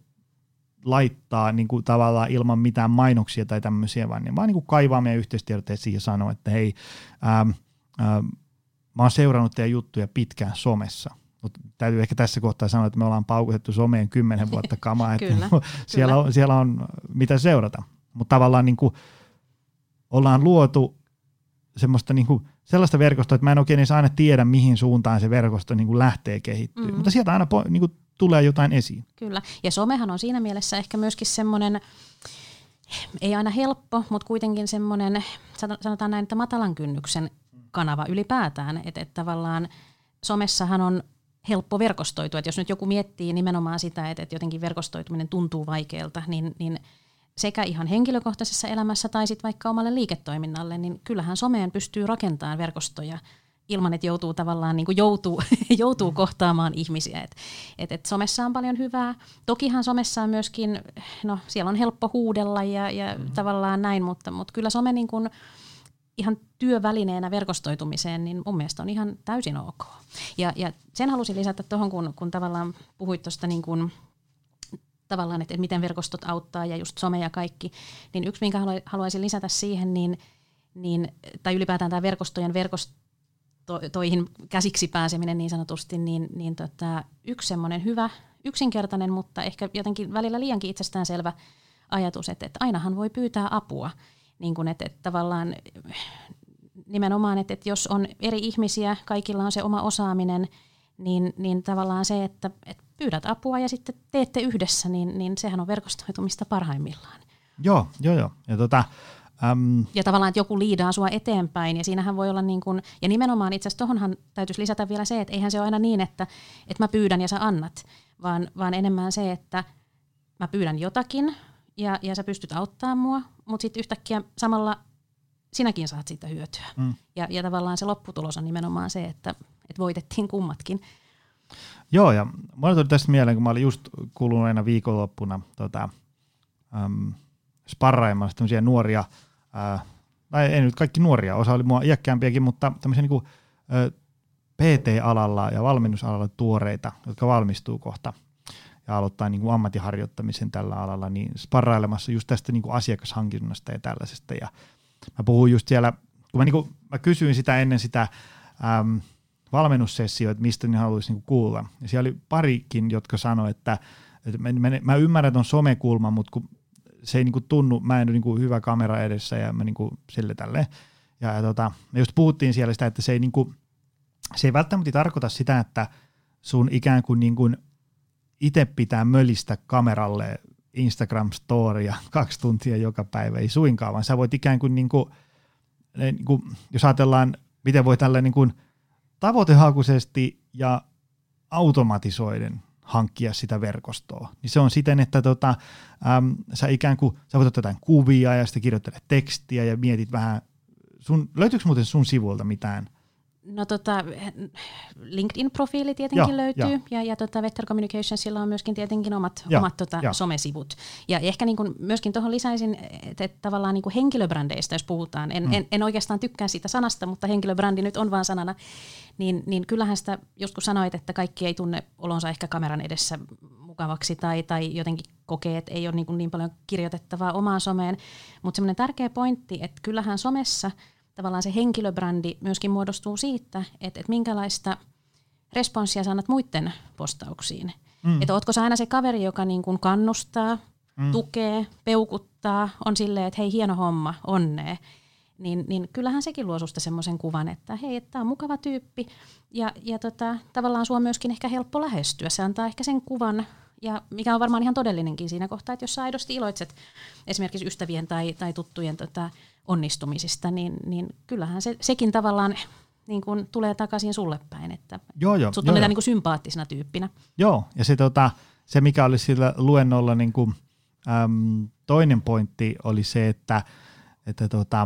laittaa niin kuin tavallaan ilman mitään mainoksia tai tämmöisiä, vaan, niin vaan niin kuin kaivaa meidän yhteistiedotteisiin ja sanoo, että hei, ähm, ähm, mä oon seurannut teidän juttuja pitkään somessa. Mutta täytyy ehkä tässä kohtaa sanoa, että me ollaan paukutettu someen kymmenen vuotta kamaa, että kyllä, siellä, on, siellä on mitä seurata. Mutta tavallaan niin kuin ollaan luotu semmoista niin kuin sellaista verkostoa, että mä en oikein edes aina tiedä, mihin suuntaan se verkosto niin kuin lähtee kehittyä. Mm-hmm. Mutta sieltä aina po, niin kuin tulee jotain esiin. Kyllä, ja somehan on siinä mielessä ehkä myöskin semmoinen, ei aina helppo, mutta kuitenkin semmoinen, sanotaan näin, että matalan kynnyksen kanava ylipäätään. Että et tavallaan somessahan on helppo verkostoitua, että jos nyt joku miettii nimenomaan sitä, että, että jotenkin verkostoituminen tuntuu vaikealta, niin, niin sekä ihan henkilökohtaisessa elämässä tai sitten vaikka omalle liiketoiminnalle, niin kyllähän someen pystyy rakentamaan verkostoja ilman, että joutuu tavallaan niin kuin joutuu, joutuu kohtaamaan ihmisiä. Et, et, et somessa on paljon hyvää. Tokihan somessa on myöskin, no siellä on helppo huudella ja, ja mm-hmm. tavallaan näin, mutta, mutta kyllä some niin kuin ihan työvälineenä verkostoitumiseen, niin mun mielestä on ihan täysin ok. Ja, ja sen halusin lisätä tuohon, kun, kun tavallaan puhuit tuosta niin kuin tavallaan, että, että miten verkostot auttaa ja just some ja kaikki, niin yksi, minkä haluaisin lisätä siihen, niin, niin, tai ylipäätään tämä verkostojen verkostoihin käsiksi pääseminen niin sanotusti, niin, niin tota, yksi semmoinen hyvä, yksinkertainen, mutta ehkä jotenkin välillä liiankin itsestäänselvä ajatus, että, että ainahan voi pyytää apua, niin kuin, että, että tavallaan nimenomaan, että, että jos on eri ihmisiä, kaikilla on se oma osaaminen, niin, niin tavallaan se, että, että pyydät apua ja sitten teette yhdessä, niin, niin sehän on verkostoitumista parhaimmillaan. Joo, joo, joo. Ja, tota, äm... ja tavallaan, että joku liidaa sua eteenpäin, ja siinähän voi olla niin kuin, ja nimenomaan itse asiassa tohonhan täytyisi lisätä vielä se, että eihän se ole aina niin, että, että mä pyydän ja sä annat, vaan, vaan enemmän se, että mä pyydän jotakin, ja, ja sä pystyt auttamaan mua, mutta sitten yhtäkkiä samalla sinäkin saat siitä hyötyä. Mm. Ja, ja tavallaan se lopputulos on nimenomaan se, että, että voitettiin kummatkin. Joo, ja mulla tuli tästä mieleen, kun mä olin just kuluneena viikonloppuna tota, äm, sparraimassa tämmöisiä nuoria, ää, tai ei nyt kaikki nuoria, osa oli mua iäkkäämpiäkin, mutta tämmöisiä niinku, ä, P T-alalla ja valmennusalalla tuoreita, jotka valmistuu kohta ja aloittaa niinku ammatinharjoittamisen tällä alalla, niin sparrailemassa just tästä niinku asiakashankinnasta ja tällaisesta. Ja mä puhuin just siellä, kun mä, niinku, mä kysyin sitä ennen sitä äm, valmennussessioita, mistä ne haluaisi niinku kuulla. Ja siellä oli parikin, jotka sanoi, että, että mä, mä, mä ymmärrän ton somekulman, mutta kun se ei niinku tunnu, mä en ole niinku hyvä kamera edessä ja mä niinku sille tälleen. Ja, ja tota, me just puhuttiin siellä sitä, että se ei, niinku, se ei välttämättä tarkoita sitä, että sun ikään kuin, niinku itse pitää mölistä kameralle Instagram-storia kaksi tuntia joka päivä, ei suinkaan, vaan sä voit ikään kuin, niinku, niinku jos ajatellaan, miten voi tällä niinku tavoitehakuisesti ja automatisoiden hankkia sitä verkostoa, niin se on siten, että tota, äm, sä ikään kuin, sä voit ottaa jotain kuvia ja sitten kirjoittelet tekstiä ja mietit vähän, sun, löytyykö muuten sun sivuilta mitään? No tota, LinkedIn-profiili tietenkin ja, löytyy, ja, ja, ja tota Vetter Communicationsilla on myöskin tietenkin omat, ja, omat tota, ja. somesivut. Ja ehkä niin kuin myöskin tuohon lisäisin, että, että tavallaan niin kuin henkilöbrändeistä, jos puhutaan, en, mm. en, en oikeastaan tykkää siitä sanasta, mutta henkilöbrändi nyt on vaan sanana, niin, niin kyllähän sitä joskus sanoit, että kaikki ei tunne olonsa ehkä kameran edessä mukavaksi tai, tai jotenkin kokee, että ei ole niin, kuin niin paljon kirjoitettavaa omaan someen, mutta semmoinen tärkeä pointti, että kyllähän somessa tavallaan se henkilöbrändi myöskin muodostuu siitä, että, että minkälaista responssia sä annat muiden postauksiin. Mm. Että ootko sä aina se kaveri, joka niin kuin kannustaa, mm. tukee, peukuttaa, on silleen, että hei, hieno homma, onnea. Niin, niin kyllähän sekin luo susta semmoisen kuvan, että hei, että tää on mukava tyyppi. Ja, ja tota, tavallaan sua on myöskin ehkä helppo lähestyä. Se antaa ehkä sen kuvan, ja mikä on varmaan ihan todellinenkin siinä kohtaa, että jos sä aidosti iloitset esimerkiksi ystävien tai, tai tuttujen tota, onnistumisista, niin, niin kyllähän se, sekin tavallaan niin kun tulee takaisin sulle päin, että joo, joo, sut joo, tunnetaan joo. niin kuin sympaattisena tyyppinä. Joo, ja se, tota, se mikä oli sillä luennolla niin kuin, äm, toinen pointti oli se, että, että, tota,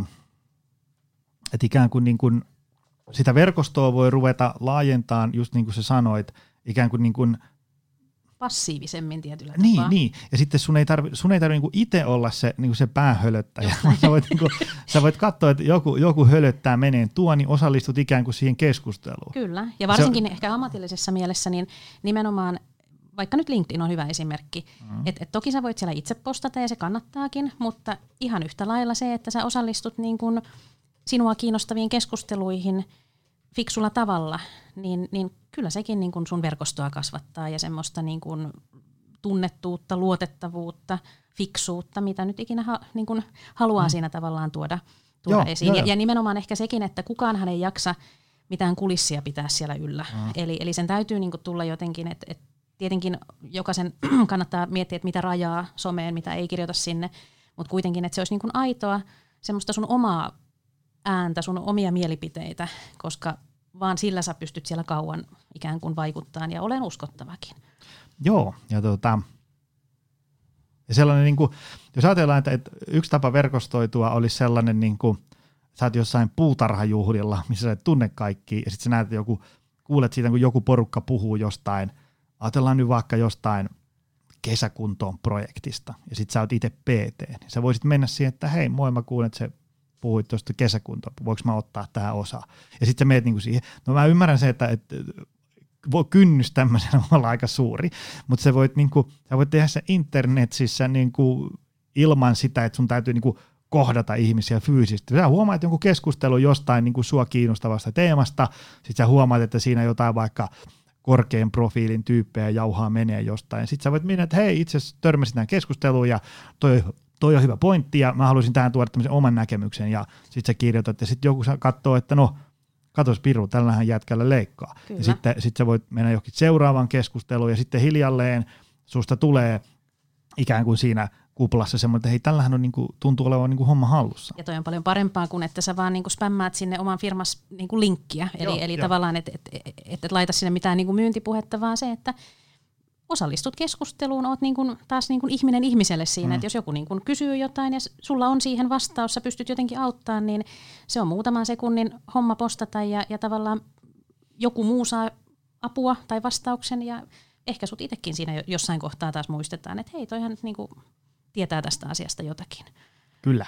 että ikään kuin, niin kuin sitä verkostoa voi ruveta laajentamaan, just niin kuin sä sanoit, ikään kuin, niin kuin passiivisemmin tietyllä niin, tapaa. Niin, ja sitten sun ei tarvitse sun ei tarvi niinku itse olla se, niinku se päähölöttäjä. sä, voit, niinku, sä voit katsoa, että joku, joku hölöttää meneen tuo, niin osallistut ikään kuin siihen keskusteluun. Kyllä, ja varsinkin se, ehkä ammatillisessa mielessä, niin nimenomaan, vaikka nyt LinkedIn on hyvä esimerkki, mm. että et toki sä voit siellä itse postata ja se kannattaakin, mutta ihan yhtä lailla se, että sä osallistut niin kuin sinua kiinnostaviin keskusteluihin fiksulla tavalla, niin, niin kyllä sekin niin kuin sun verkostoa kasvattaa ja semmoista niin kuin tunnettuutta, luotettavuutta, fiksuutta, mitä nyt ikinä ha, niin kuin haluaa mm. siinä tavallaan tuoda, tuoda joo, esiin. joo, ja, joo. ja nimenomaan ehkä sekin, että kukaanhan ei jaksa mitään kulissia pitää siellä yllä. Mm. Eli, eli sen täytyy niin kuin tulla jotenkin, että, että tietenkin jokaisen kannattaa miettiä, että mitä rajaa someen, mitä ei kirjoita sinne, mutta kuitenkin, että se olisi niin kuin aitoa, semmoista sun omaa ääntä, sun omia mielipiteitä, koska vaan sillä sä pystyt siellä kauan ikään kuin vaikuttamaan ja olen uskottavakin. Joo, ja, tota, ja sellainen, niin kuin, jos ajatellaan, että, että yksi tapa verkostoitua olisi sellainen, niin kuin, sä oot jossain puutarhajuhlilla, missä sä et tunne kaikkia, ja sitten sä näet joku, kuulet siitä, kun joku porukka puhuu jostain, ajatellaan nyt vaikka jostain kesäkuntoon projektista, ja sit sä oot itse P T, niin sä voisit mennä siihen, että hei, moi, mä kuulen, että se puhuit tuosta kesäkuntoon, voiko mä ottaa tähän osaa? Ja sit sä meet niinku siihen, no mä ymmärrän se, että, että voi kynnys tämmöisenä olla aika suuri, mutta sä voit, niinku, sä voit tehdä se internetissä niinku ilman sitä, että sun täytyy niinku kohdata ihmisiä fyysisesti. Sä huomaat jonkun keskustelun jostain niinku sua kiinnostavasta teemasta, sit sä huomaat, että siinä jotain vaikka korkean profiilin tyyppejä jauhaa menee jostain. Sitten sä voit mennä, että hei, itse asiassa törmäsin tähän keskusteluun ja toi, toi on hyvä pointti ja mä haluaisin tähän tuoda tämmöisen oman näkemyksen ja sitten sä kirjoitat ja sitten joku katsoo, että no, katos Piru, tällähän jätkällä leikkaa. Kyllä. Ja sitten sit sä voit mennä johonkin seuraavaan keskusteluun ja sitten hiljalleen susta tulee ikään kuin siinä kuplassa semmoinen, että hei, tällähän on niinku, tuntuu olevan niinku homma hallussa. Ja toi on paljon parempaa kuin, että sä vaan niinku spämmäät sinne oman firmas niinku linkkiä. Eli, joo, eli jo. tavallaan, että et, et, et, et laita sinne mitään niinku myyntipuhetta, vaan se, että osallistut keskusteluun, oot niinku taas niinku ihminen ihmiselle siinä, mm. että jos joku niinku kysyy jotain ja sulla on siihen vastaus, sä pystyt jotenkin auttamaan, niin se on muutaman sekunnin homma postata ja, ja tavallaan joku muu saa apua tai vastauksen ja ehkä sut itsekin siinä jossain kohtaa taas muistetaan, että hei, toihan nyt niinku tietää tästä asiasta jotakin. Kyllä.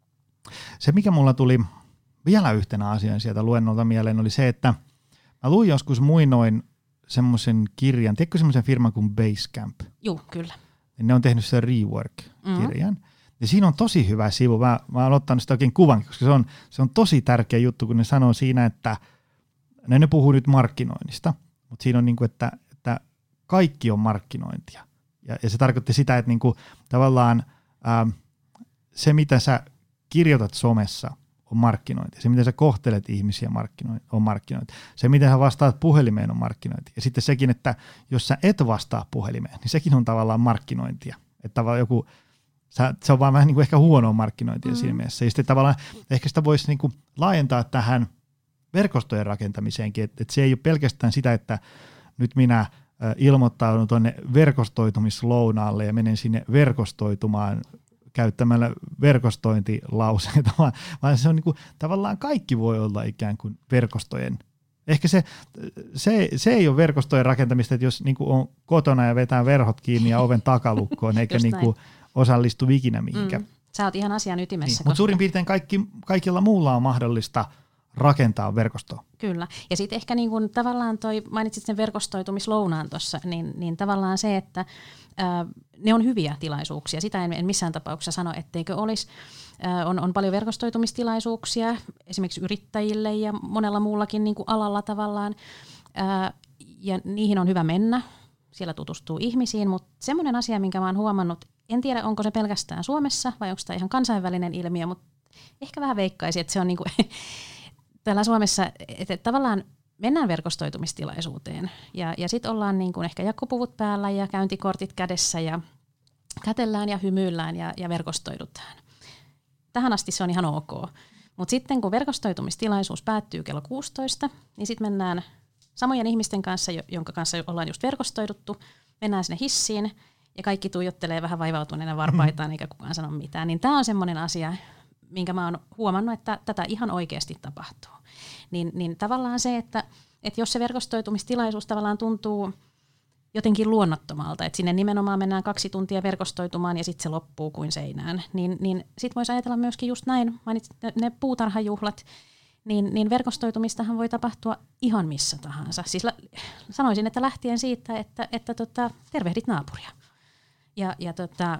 Se, mikä mulla tuli vielä yhtenä asiana sieltä luennolta mieleen, oli se, että mä luin joskus muinoin semmoisen kirjan, tiedätkö semmoisen firman kuin Basecamp? Joo, kyllä. Ne on tehnyt sen Rework-kirjan. Mm-hmm. Ja siinä on tosi hyvä sivu. Mä, mä oon ottanut sitä oikein kuvan, koska se on, se on tosi tärkeä juttu, kun ne sanoo siinä, että ne, ne puhuu nyt markkinoinnista, mutta siinä on niin kuin, että, että kaikki on markkinointia. Ja, ja se tarkoitti sitä, että niinku, tavallaan ää, se, mitä sä kirjoitat somessa, on markkinointi. Se, miten sä kohtelet ihmisiä, on markkinointi. Se, miten sä vastaat puhelimeen, on markkinointi. Ja sitten sekin, että jos sä et vastaa puhelimeen, niin sekin on tavallaan markkinointia. Että tavallaan joku, sä, se on vaan vähän niinku ehkä huonoa markkinointia mm. siinä mielessä. Ja sitten tavallaan ehkä sitä voisi niinku laajentaa tähän verkostojen rakentamiseenkin, että et se ei ole pelkästään sitä, että nyt minä ilmoittaudun tuonne verkostoitumislounaalle ja menen sinne verkostoitumaan käyttämällä verkostointilauseita, vaan, vaan se on niin kuin, tavallaan kaikki voi olla ikään kuin verkostojen. Ehkä se, se, se ei ole verkostojen rakentamista, että jos niin kuin on kotona ja vetää verhot kiinni ja oven takalukkoon, eikä niin kuin osallistu ikinä mihinkään. Mm, sä oot ihan asian ytimessä. Niin, koska... Mutta suurin piirtein kaikki, kaikilla muulla on mahdollista rakentaa verkostoa. Kyllä. Ja sitten ehkä niin kun tavallaan toi, mainitsit sen verkostoitumislounaan tuossa, niin, niin tavallaan se, että ää, ne on hyviä tilaisuuksia. Sitä en, en missään tapauksessa sano, etteikö olisi. Ää, on, on paljon verkostoitumistilaisuuksia esimerkiksi yrittäjille ja monella muullakin niin kuin alalla tavallaan. Ää, ja niihin on hyvä mennä. Siellä tutustuu ihmisiin, mutta semmoinen asia, minkä mä oon huomannut, en tiedä onko se pelkästään Suomessa vai onko tämä ihan kansainvälinen ilmiö, mutta ehkä vähän veikkaisin, että se on niin kuin täällä Suomessa, että tavallaan mennään verkostoitumistilaisuuteen ja, ja sitten ollaan niin kuin ehkä jakkopuvut päällä ja käyntikortit kädessä ja kätellään ja hymyillään ja, ja verkostoidutaan. Tähän asti se on ihan ok. Mutta sitten kun verkostoitumistilaisuus päättyy kello kuusitoista, niin sitten mennään samojen ihmisten kanssa, jonka kanssa ollaan just verkostoiduttu, mennään sinne hissiin ja kaikki tuijottelee vähän vaivautuneena varpaitaan eikä kukaan sano mitään. Niin tämä on semmoinen asia, minkä mä oon huomannut, että tätä ihan oikeasti tapahtuu. Niin, niin tavallaan se, että, että jos se verkostoitumistilaisuus tavallaan tuntuu jotenkin luonnottomalta, että sinne nimenomaan mennään kaksi tuntia verkostoitumaan ja sitten se loppuu kuin seinään, niin, niin sitten voisi ajatella myöskin just näin, mainitsit ne, ne puutarhajuhlat, niin, niin verkostoitumistahan voi tapahtua ihan missä tahansa. Siis la, sanoisin, että lähtien siitä, että, että tota, tervehdit naapuria. Ja, ja tota...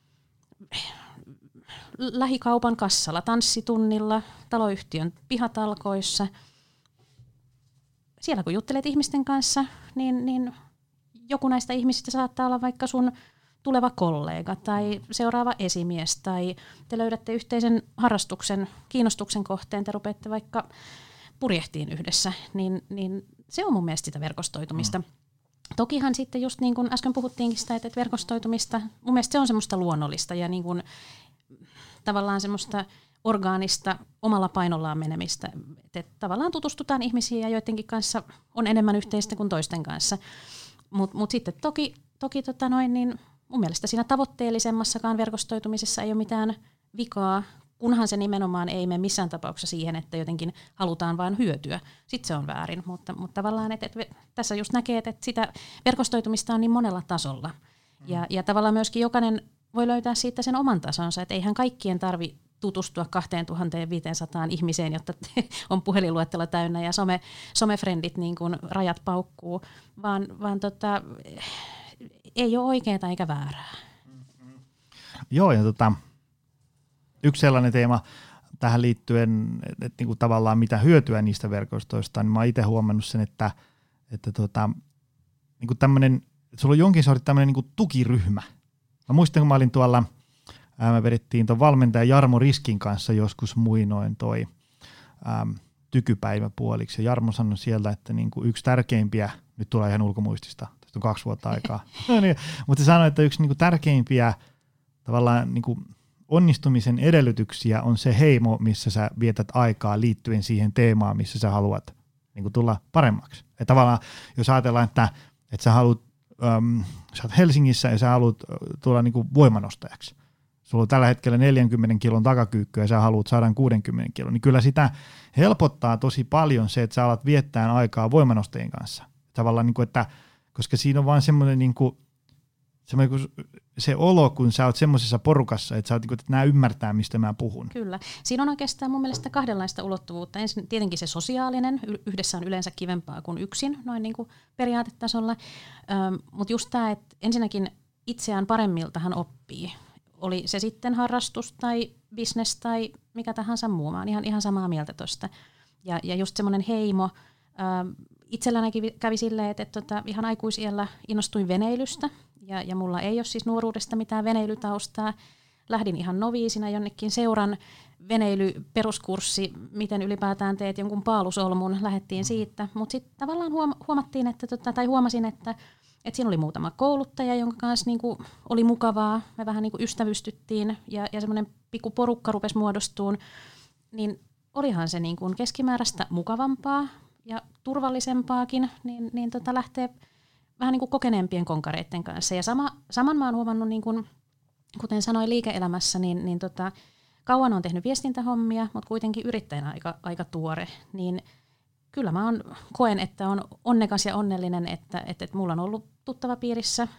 lähikaupan kassalla, tanssitunnilla, taloyhtiön pihatalkoissa. Siellä kun juttelet ihmisten kanssa, niin, niin joku näistä ihmisistä saattaa olla vaikka sun tuleva kollega tai seuraava esimies tai te löydätte yhteisen harrastuksen, kiinnostuksen kohteen, te rupeatte vaikka purjehtiin yhdessä, niin, niin se on mun mielestä sitä verkostoitumista. Mm. Tokihan sitten just niin kuin äsken puhuttiinkin sitä, että verkostoitumista, mun mielestä se on semmoista luonnollista ja niin kuin tavallaan semmoista orgaanista omalla painollaan menemistä. Että tavallaan tutustutaan ihmisiin ja joidenkin kanssa on enemmän yhteistä kuin toisten kanssa. Mutta mut sitten toki, toki tota noin, niin mun mielestä siinä tavoitteellisemmassakaan verkostoitumisessa ei ole mitään vikaa, kunhan se nimenomaan ei mene missään tapauksessa siihen, että jotenkin halutaan vain hyötyä. Sitten se on väärin, mutta, mutta tavallaan että, että tässä just näkee, että sitä verkostoitumista on niin monella tasolla. Ja, ja tavallaan myöskin jokainen voi löytää siitä sen oman tasonsa, että eihän kaikkien tarvi tutustua kaksituhattaviisisataa ihmiseen, jotta on puhelinluettelo täynnä ja some, somefrendit niin kuin rajat paukkuu, vaan, vaan tota, ei ole oikeaa eikä väärää. Joo, ja tota, yksi sellainen teema tähän liittyen, että, että niin kuin tavallaan mitä hyötyä niistä verkostoista, niin mä oon itse huomannut sen, että, että tota, niin kuin tämmönen, että sulla on jonkin sortin tämmöinen niin kuin tukiryhmä. Mä muistan, kun mä olin tuolla, ää, me vedettiin tuon valmentaja Jarmo Riskin kanssa joskus muinoin toi ää, tykypäivä puoliksi, ja Jarmo sanoi sieltä, että niin kuin yksi tärkeimpiä, nyt tulee ihan ulkomuistista, tästä on kaksi vuotta aikaa, no niin, mutta se sanoi, että yksi niin kuin tärkeimpiä tavallaan niin kuin onnistumisen edellytyksiä on se heimo, missä sä vietät aikaa liittyen siihen teemaan, missä sä haluat niin kuin tulla paremmaksi. Ja tavallaan, jos ajatellaan, että, että sä haluat, äm, sä oot Helsingissä ja sä haluat tulla niin kuin voimanostajaksi. Sulla on tällä hetkellä neljänkymmenen kilon takakyykky ja sä haluat saada kuudenkymmenen kilon, niin kyllä sitä helpottaa tosi paljon se, että sä alat viettää aikaa voimanostajien kanssa. Tavallaan, niin kuin, että, koska siinä on vaan semmoinen niin kuin, semmoinen se olo, kun sä oot semmoisessa porukassa, että sä oot, että nämä ymmärtää, mistä mä puhun. Kyllä. Siinä on oikeastaan mun mielestä kahdenlaista ulottuvuutta. Ensin tietenkin se sosiaalinen, yhdessä on yleensä kivempaa kuin yksin, noin niin kuin periaatetasolla. Ähm, mutta just tämä, että ensinnäkin itseään paremmiltahan oppii. Oli se sitten harrastus tai business tai mikä tahansa muu. Mä oon ihan, ihan samaa mieltä tosta. Ja, ja just semmoinen heimo. Ähm, itselläni kävi silleen, että, että, että ihan aikuisiällä innostuin veneilystä. Ja, ja mulla ei ole siis nuoruudesta mitään veneilytaustaa. Lähdin ihan noviisina jonnekin seuran veneilyperuskurssi, miten ylipäätään teet jonkun paalusolmun, lähdettiin siitä. Mutta sitten tavallaan huomattiin, että, tai huomasin, että, että siinä oli muutama kouluttaja, jonka kanssa niinku oli mukavaa. Me vähän niinku ystävystyttiin ja, ja semmoinen pikku porukka rupesi muodostumaan. Niin olihan se niinku keskimääräistä mukavampaa ja turvallisempaakin, niin, niin tota lähtee vähän niin kuin kokeneempien konkareiden kanssa. Ja sama, saman mä oon huomannut, niin kuin, kuten sanoin liike-elämässä, niin, niin tota, kauan on tehnyt viestintähommia, mutta kuitenkin yrittäjänä aika, aika tuore. Niin kyllä mä on, koen, että on onnekas ja onnellinen, että, että, että mulla on ollut tuttava piirissä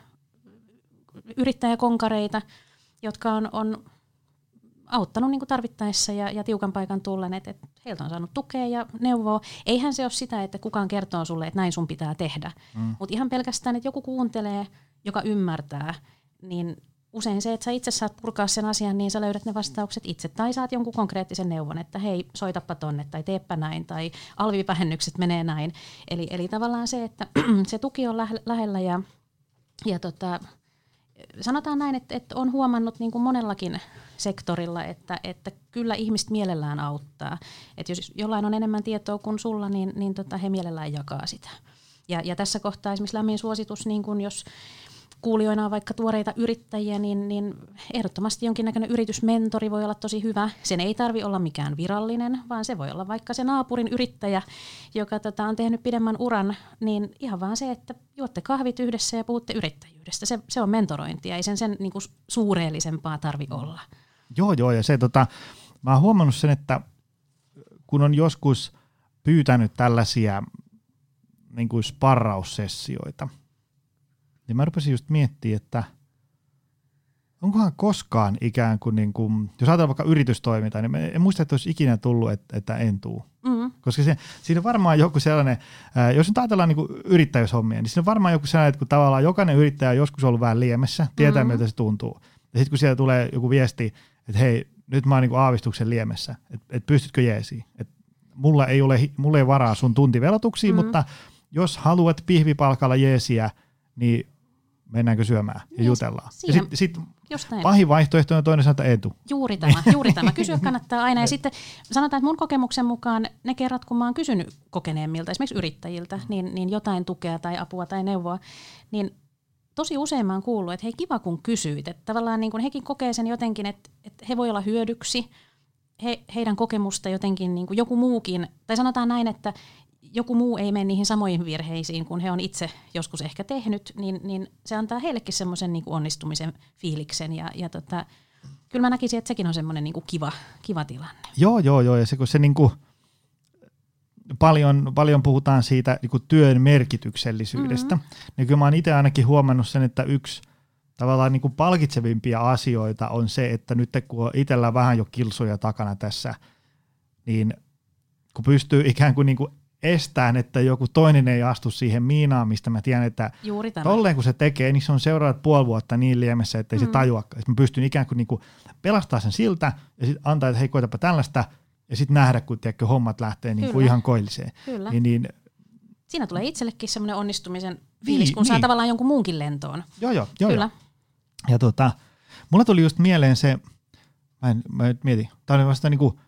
yrittäjäkonkareita, jotka on, on auttanut niin kuin tarvittaessa ja, ja tiukan paikan tullen, että, että heiltä on saanut tukea ja neuvoa. Eihän se ole sitä, että kukaan kertoo sulle, että näin sun pitää tehdä, mm. mutta ihan pelkästään, että joku kuuntelee, joka ymmärtää, niin usein se, että sä itse saat purkaa sen asian, niin sä löydät ne vastaukset itse, tai saat jonkun konkreettisen neuvon, että hei, soitappa tonne, tai teepä näin, tai alvivähennykset menee näin. Eli, eli tavallaan se, että se tuki on lähe, lähellä, ja, ja tota, sanotaan näin, että, että on huomannut niin kuin monellakin sektorilla, että, että kyllä ihmiset mielellään auttaa. Että jos jollain on enemmän tietoa kuin sulla, niin, niin tota, he mielellään jakaa sitä. Ja, ja tässä kohtaa esimerkiksi lämmin suositus, niin kun jos kuulijoina on vaikka tuoreita yrittäjiä, niin, niin ehdottomasti jonkinnäköinen yritysmentori voi olla tosi hyvä. Sen ei tarvitse olla mikään virallinen, vaan se voi olla vaikka se naapurin yrittäjä, joka tota, on tehnyt pidemmän uran, niin ihan vaan se, että juotte kahvit yhdessä ja puhutte yrittäjyydestä. Se, se on mentorointia, ei sen, sen niin kuin suureellisempaa tarvitse olla. Joo, joo, ja se tota, mä oon huomannut sen, että kun on joskus pyytänyt tällaisia niin kuin sparraussessioita, niin mä rupesin just miettimään, että onkohan koskaan ikään kuin, niin kuin jos ajatellaan vaikka yritystoimintaa, niin en muista, että olisi ikinä tullut, että, että en tuu. Mm-hmm. Koska se, siinä on varmaan joku sellainen, ää, jos nyt ajatellaan niin kuin yrittäjyyshommia, niin siinä on varmaan joku sellainen, että kun tavallaan jokainen yrittäjä on joskus ollut vähän liemessä, tietää mm-hmm. miltä se tuntuu. Ja sitten kun siellä tulee joku viesti, että hei, nyt mä oon niin kuin aavistuksen liemessä, että, että pystytkö jeesiin. Että mulla ei ole, mulla ei varaa sun tuntivelotuksiin, mm-hmm. mutta jos haluat pihvipalkalla jeesiä, niin mennäänkö syömään ja jutellaan. Siihen, ja sitten sit pahin vaihtoehto on toinen sanoa, että ei tule. Juuri tämä, juuri tämä. Kysyä kannattaa aina. Ja sitten sanotaan, että mun kokemuksen mukaan ne kerrat, kun mä oon kysynyt kokeneemmilta, esimerkiksi yrittäjiltä, niin, niin jotain tukea tai apua tai neuvoa, niin tosi usein mä oon kuullut, että hei kiva kun kysyit. Että tavallaan niin kun hekin kokee sen jotenkin, että, että he voi olla hyödyksi, he, heidän kokemusta jotenkin niin kuin joku muukin, tai sanotaan näin, että joku muu ei mene niihin samoihin virheisiin, kun he on itse joskus ehkä tehnyt, niin, niin se antaa heillekin semmoisen niin kuin onnistumisen fiiliksen. Ja, ja tota, kyllä mä näkisin, että sekin on semmoinen niin kuin kiva, kiva tilanne. Joo, joo, joo. Ja se, kun se niin kuin, paljon, paljon puhutaan siitä niin kuin työn merkityksellisyydestä, mm-hmm. niin kyllä mä oon itse ainakin huomannut sen, että yksi tavallaan niin kuin palkitsevimpia asioita on se, että nyt kun on itsellä vähän jo kilsoja takana tässä, niin kun pystyy ikään kuin, niin kuin estämään, että joku toinen ei astu siihen miinaan, mistä mä tiedän, että tolleen kun se tekee, niin se on seuraavat puoli vuotta niin liemessä, että ei mm. se tajuakaan. Mä pystyn ikään kuin, niin kuin pelastaa sen siltä ja sitten antaa, että hei, koitapa tällaista ja sitten nähdä, kun tiedätkö, hommat lähtee niin kuin ihan koilliseen. Kyllä. Niin, niin, siinä tulee itsellekin semmoinen onnistumisen fiilis, kun niin, saa niin. tavallaan jonkun muunkin lentoon. Joo, joo. joo Kyllä. Joo. Ja tota, mulla tuli just mieleen se, mä, en, mä nyt mietin, tää oli vasta niinku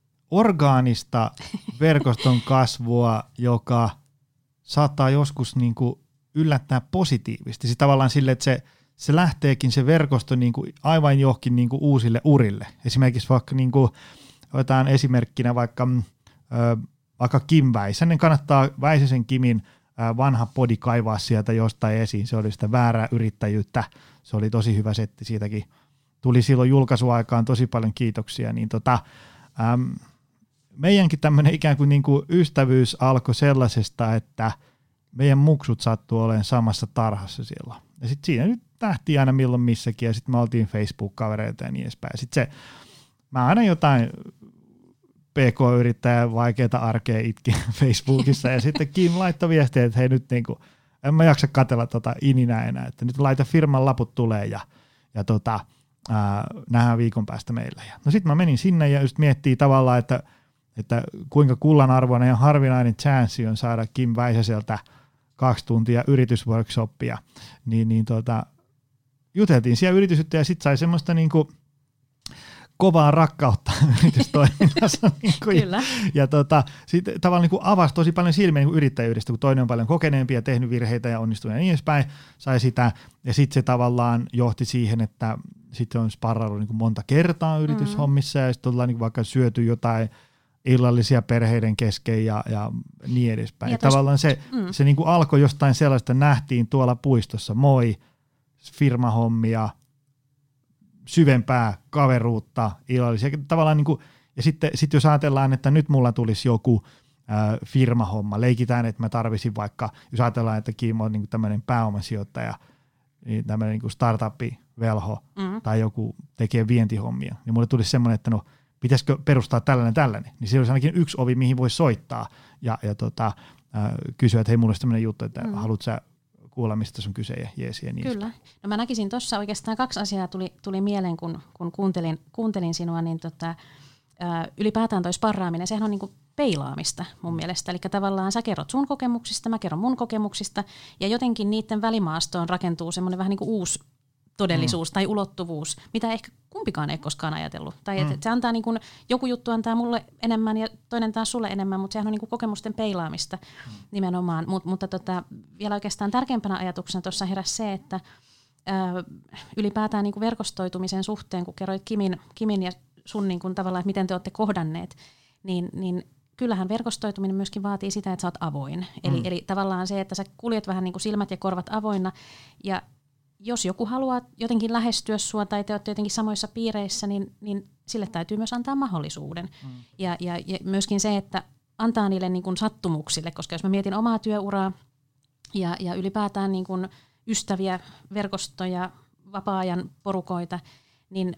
orgaanista verkoston kasvua, joka saattaa joskus niinku yllättää positiivisesti. Siis tavallaan sille, että se, se lähteekin se verkosto niinku aivan johonkin niinku uusille urille. Esimerkiksi vaikka niinku, otetaan esimerkkinä vaikka, ö, vaikka Kim Väisänen, kannattaa Väisäsen Kimin ö, vanha podi kaivaa sieltä jostain esiin. Se oli sitä väärää yrittäjyyttä. Se oli tosi hyvä setti, siitäkin tuli silloin julkaisuaikaan tosi paljon kiitoksia. Niin tota, äm, meidänkin tämmöinen ikään kuin, niin kuin ystävyys alkoi sellaisesta, että meidän muksut sattuu olemaan samassa tarhassa siellä. Ja sitten siinä nyt nähtiin aina milloin missäkin, ja sitten me oltiin Facebook-kavereita ja niin edespäin. Sitten se, mä aina jotain P K-yrittäjän vaikeita arkea itkin Facebookissa, ja sitten Kim laittoi viestiä, että hei nyt niinku, en mä jaksa katsella tota ininä enää, että nyt laita firman laput tulee, ja, ja tota, ää, nähdään viikon päästä meillä. Ja no sitten mä menin sinne, ja just miettii tavallaan, että että kuinka kullanarvoinen ja harvinainen chanssi on saada Kim Väisäseltä kaksi tuntia yritysworkshoppia, niin, niin tota, juteltiin siellä yritysyttä ja sitten sai semmoista niinku kovaa rakkautta yritystoiminnassa. Niinku, Kyllä. Ja, ja tota, sitten tavallaan niinku avasi tosi paljon silmiä niinku yrittäjyydestä, kun toinen on paljon kokeneempi ja tehnyt virheitä ja onnistunut ja niin edespäin, sai sitä, ja sitten se tavallaan johti siihen, että sitten on sparrailu niinku monta kertaa yrityshommissa, mm. ja sitten ollaan niinku vaikka syöty jotain illallisia perheiden kesken ja, ja niin edespäin. Ja tos, tavallaan se, mm. se niin kuin alkoi jostain sellaista, nähtiin tuolla puistossa, moi, firmahommia, syvempää kaveruutta, illallisia. Tavallaan niin kuin, ja sitten sit jos ajatellaan, että nyt mulla tulisi joku äh, firmahomma, leikitään, että mä tarvisin vaikka, jos ajatellaan, että Kim on niin kuin tämmöinen pääomasijoittaja, niin tämmöinen niin kuin startup-velho mm. tai joku tekee vientihommia, niin mulle tulisi semmoinen, että no, pitäisikö perustaa tällainen tällainen, niin se olisi ainakin yksi ovi, mihin voi soittaa ja, ja tota, äh, kysyä, että hei, mulla olisi tämmöinen juttu, että mm. haluatko sä kuulla, mistä sun kyse ja jeesi ja niin. Kyllä. No mä näkisin tuossa oikeastaan kaksi asiaa tuli, tuli mieleen, kun, kun kuuntelin, kuuntelin sinua, niin tota, äh, ylipäätään toi sparraaminen, sehän on niinku peilaamista mun mielestä. Eli tavallaan sä kerrot sun kokemuksista, mä kerron mun kokemuksista, ja jotenkin niiden välimaastoon rakentuu semmoinen vähän niin kuin uusi todellisuus mm. tai ulottuvuus, mitä ehkä kumpikaan ei koskaan ajatellut. Tai mm. että se antaa niin kuin, joku juttu antaa mulle enemmän ja toinen taas sulle enemmän, mutta sehän on niin kuin kokemusten peilaamista mm. nimenomaan. Mut, mutta tota, vielä oikeastaan tärkeimpänä ajatuksena tuossa heräsi se, että ää, ylipäätään niin kuin verkostoitumisen suhteen, kun kerroit Kimin, Kimin ja sun niin kuin tavallaan, että miten te olette kohdanneet, niin, niin kyllähän verkostoituminen myöskin vaatii sitä, että sä oot avoin. Mm. Eli, eli tavallaan se, että sä kuljet vähän niin kuin silmät ja korvat avoinna, ja jos joku haluaa jotenkin lähestyä sua tai te olette jotenkin samoissa piireissä, niin, niin sille täytyy myös antaa mahdollisuuden. Mm. Ja, ja, ja myöskin se, että antaa niille niin kuin sattumuksille, koska jos mä mietin omaa työuraa ja, ja ylipäätään niin kuin ystäviä, verkostoja, vapaa-ajan porukoita, niin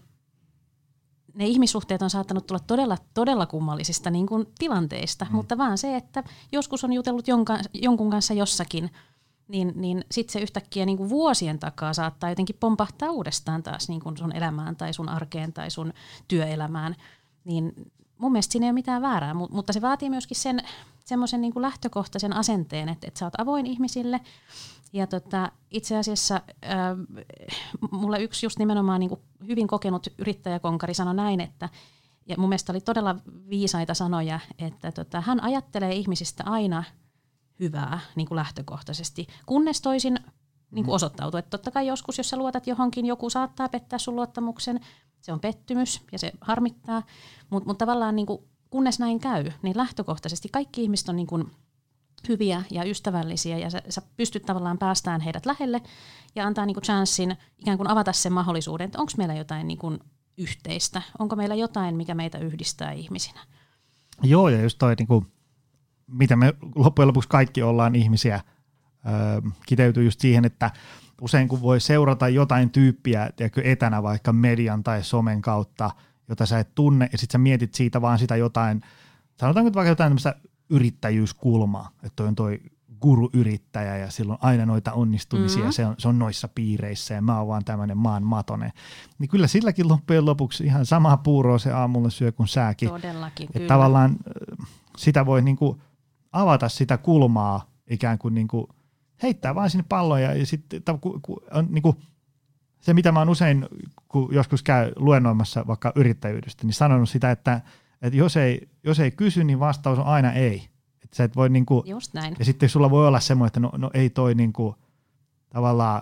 ne ihmissuhteet on saattanut tulla todella, todella kummallisista niin kuin tilanteista, mm. mutta vaan se, että joskus on jutellut jonka, jonkun kanssa jossakin, niin, niin sitten se yhtäkkiä niin kuin vuosien takaa saattaa jotenkin pompahtaa uudestaan taas niin kuin sun elämään tai sun arkeen tai sun työelämään. Niin mun mielestä siinä ei ole mitään väärää, mutta se vaatii myöskin sen semmoisen niin kuin lähtökohtaisen asenteen, että, että sä oot avoin ihmisille. Ja tota, itse asiassa äh, mulle yksi just nimenomaan niin kuin hyvin kokenut yrittäjäkonkari sanoi näin, että ja mun mielestä oli todella viisaita sanoja, että tota, hän ajattelee ihmisistä aina hyvää niin kuin lähtökohtaisesti, kunnes toisin niin kuin osoittautuu. Että totta kai joskus, jos sä luotat johonkin, joku saattaa pettää sun luottamuksen, se on pettymys ja se harmittaa, mutta mut tavallaan niin kuin, kunnes näin käy, niin lähtökohtaisesti kaikki ihmiset on niin kuin hyviä ja ystävällisiä ja sä, sä pystyt tavallaan päästään heidät lähelle ja antaa niin kuin chanssin ikään kuin avata sen mahdollisuuden, että onko meillä jotain niin kuin yhteistä? Onko meillä jotain, mikä meitä yhdistää ihmisinä? Joo, ja just toi, niin kuin, mitä me loppujen lopuksi kaikki ollaan ihmisiä, öö, kiteytyy just siihen, että usein kun voi seurata jotain tyyppiä tiedätkö, etänä vaikka median tai somen kautta, jota sä et tunne, ja sit sä mietit siitä vaan sitä jotain, sanotaanko vaikka jotain tämmöistä yrittäjyyskulmaa, että toi on toi guru-yrittäjä ja silloin aina noita onnistumisia, mm-hmm. se, on, se on noissa piireissä ja mä oon vaan tämmöinen maan matone. Niin kyllä silläkin loppujen lopuksi ihan samaa puuroa se aamulla syö kuin sääkin. Todellakin, että kyllä. Tavallaan sitä voi niinku avata sitä kulmaa ikään kuin niinku heittää vaan sinne palloja ja sitten on niinku se, mitä mä oon usein, kun joskus käy luennoimassa vaikka yrittäjyydestä, niin sanonut sitä, että, että jos, ei, jos ei kysy, niin vastaus on aina ei. Että sä et voi niinku, just näin. Ja sitten sulla voi olla semmoinen, että no, no ei toi niinku, tavallaan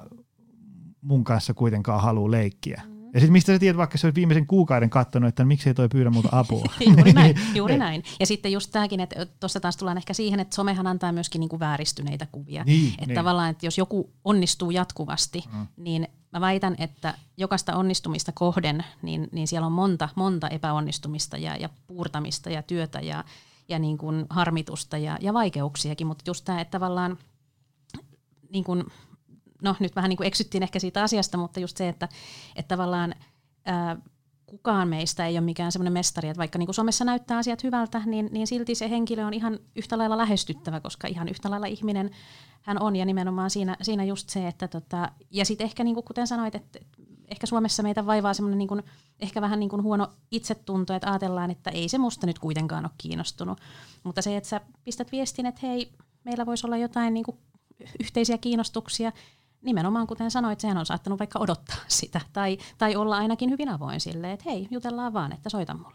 mun kanssa kuitenkaan halua leikkiä. Mm. Ja sitten mistä sä tiedät, vaikka sä olet viimeisen kuukauden katsonut, että miksei toi pyydä multa apua. juuri näin, juuri näin. Ja sitten just tämäkin, että tuossa taas tullaan ehkä siihen, että somehan antaa myöskin niinku vääristyneitä kuvia. Niin, että niin. tavallaan, että jos joku onnistuu jatkuvasti, mm. niin mä väitän, että jokaista onnistumista kohden, niin, niin siellä on monta, monta epäonnistumista ja, ja puurtamista ja työtä ja, ja niin kuin harmitusta ja, ja vaikeuksiakin. Mutta just tämä, että tavallaan, niin kuin, no nyt vähän niin kuin eksyttiin ehkä siitä asiasta, mutta just se, että, että tavallaan ää, kukaan meistä ei ole mikään semmoinen mestari, että vaikka niin kuin somessa näyttää asiat hyvältä, niin, niin silti se henkilö on ihan yhtä lailla lähestyttävä, koska ihan yhtä lailla ihminen hän on, ja nimenomaan siinä, siinä just se, että tota, ja sitten ehkä niin kuin kuten sanoit, että ehkä Suomessa meitä vaivaa semmoinen niin kuin, ehkä vähän niin kuin huono itsetunto, että ajatellaan, että ei se musta nyt kuitenkaan ole kiinnostunut, mutta se, että sä pistät viestin, että hei, meillä voisi olla jotain niin kuin yhteisiä kiinnostuksia, nimenomaan kuten sanoit, sehän on saattanut vaikka odottaa sitä, tai, tai olla ainakin hyvin avoin silleen, että hei, jutellaan vaan, että soita mulle.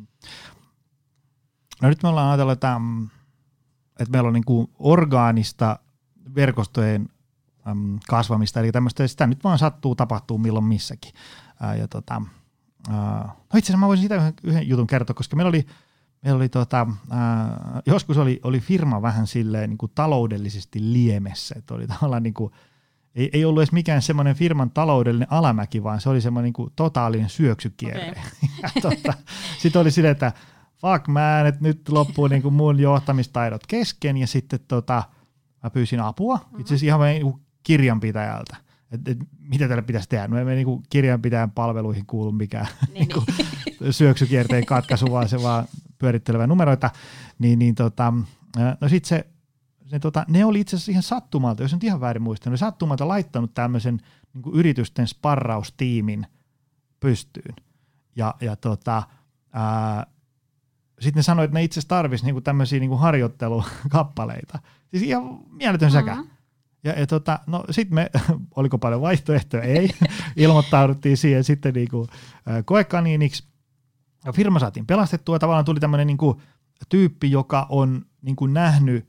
No nyt me ollaan ajatellut, että, että meillä on niin kuin orgaanista verkostojen kasvamista, eli tämmöistä, sitä nyt vaan sattuu, tapahtuu milloin missäkin. Ää, ja tota, ää, no itse asiassa mä voisin sitä yhden, yhden jutun kertoa, koska meillä oli, meillä oli tota, ää, joskus oli, oli firma vähän silleen niin kuin taloudellisesti liemessä, että oli tavallaan niin kuin, ei, ei ollut edes mikään semmoinen firman taloudellinen alamäki, vaan se oli semmoinen niin kuin totaalinen syöksykierre. Okay. tota, sitten oli silleen, että fuck man, että nyt loppuu niin kuin mun johtamistaidot kesken, ja sitten tota, mä pyysin apua, mm-hmm. itse asiassa ihan niin kirjanpitäjältä, että et, mitä tällä pitäisi tehdä. No ei me niin kirjanpitäjän palveluihin kuulu mikään niin, niin. syöksykierteen katkaisu, vaan se vaan pyörittelevä numeroita. Niin, niin tota, no sit se, se tota, ne oli itse asiassa ihan sattumalta, jos nyt ihan väärin muistan, ne oli sattumalta laittanut tämmöisen niin kuin yritysten sparraustiimin pystyyn. Ja, ja tota, sitten ne sanoi, että ne itse asiassa tarvisi niin kuin tämmöisiä niin kuin harjoittelukappaleita. Siis ihan mieletön säkä. Mm-hmm. Ja, ja tota, no sitten me, oliko paljon vaihtoehtoja? Ei. Ilmoittauduttiin siihen sitten niinku, äh, koekaniiniksi. Ja firma saatiin pelastettua. Tavallaan tuli tämmöinen niinku, tyyppi, joka on niinku, nähnyt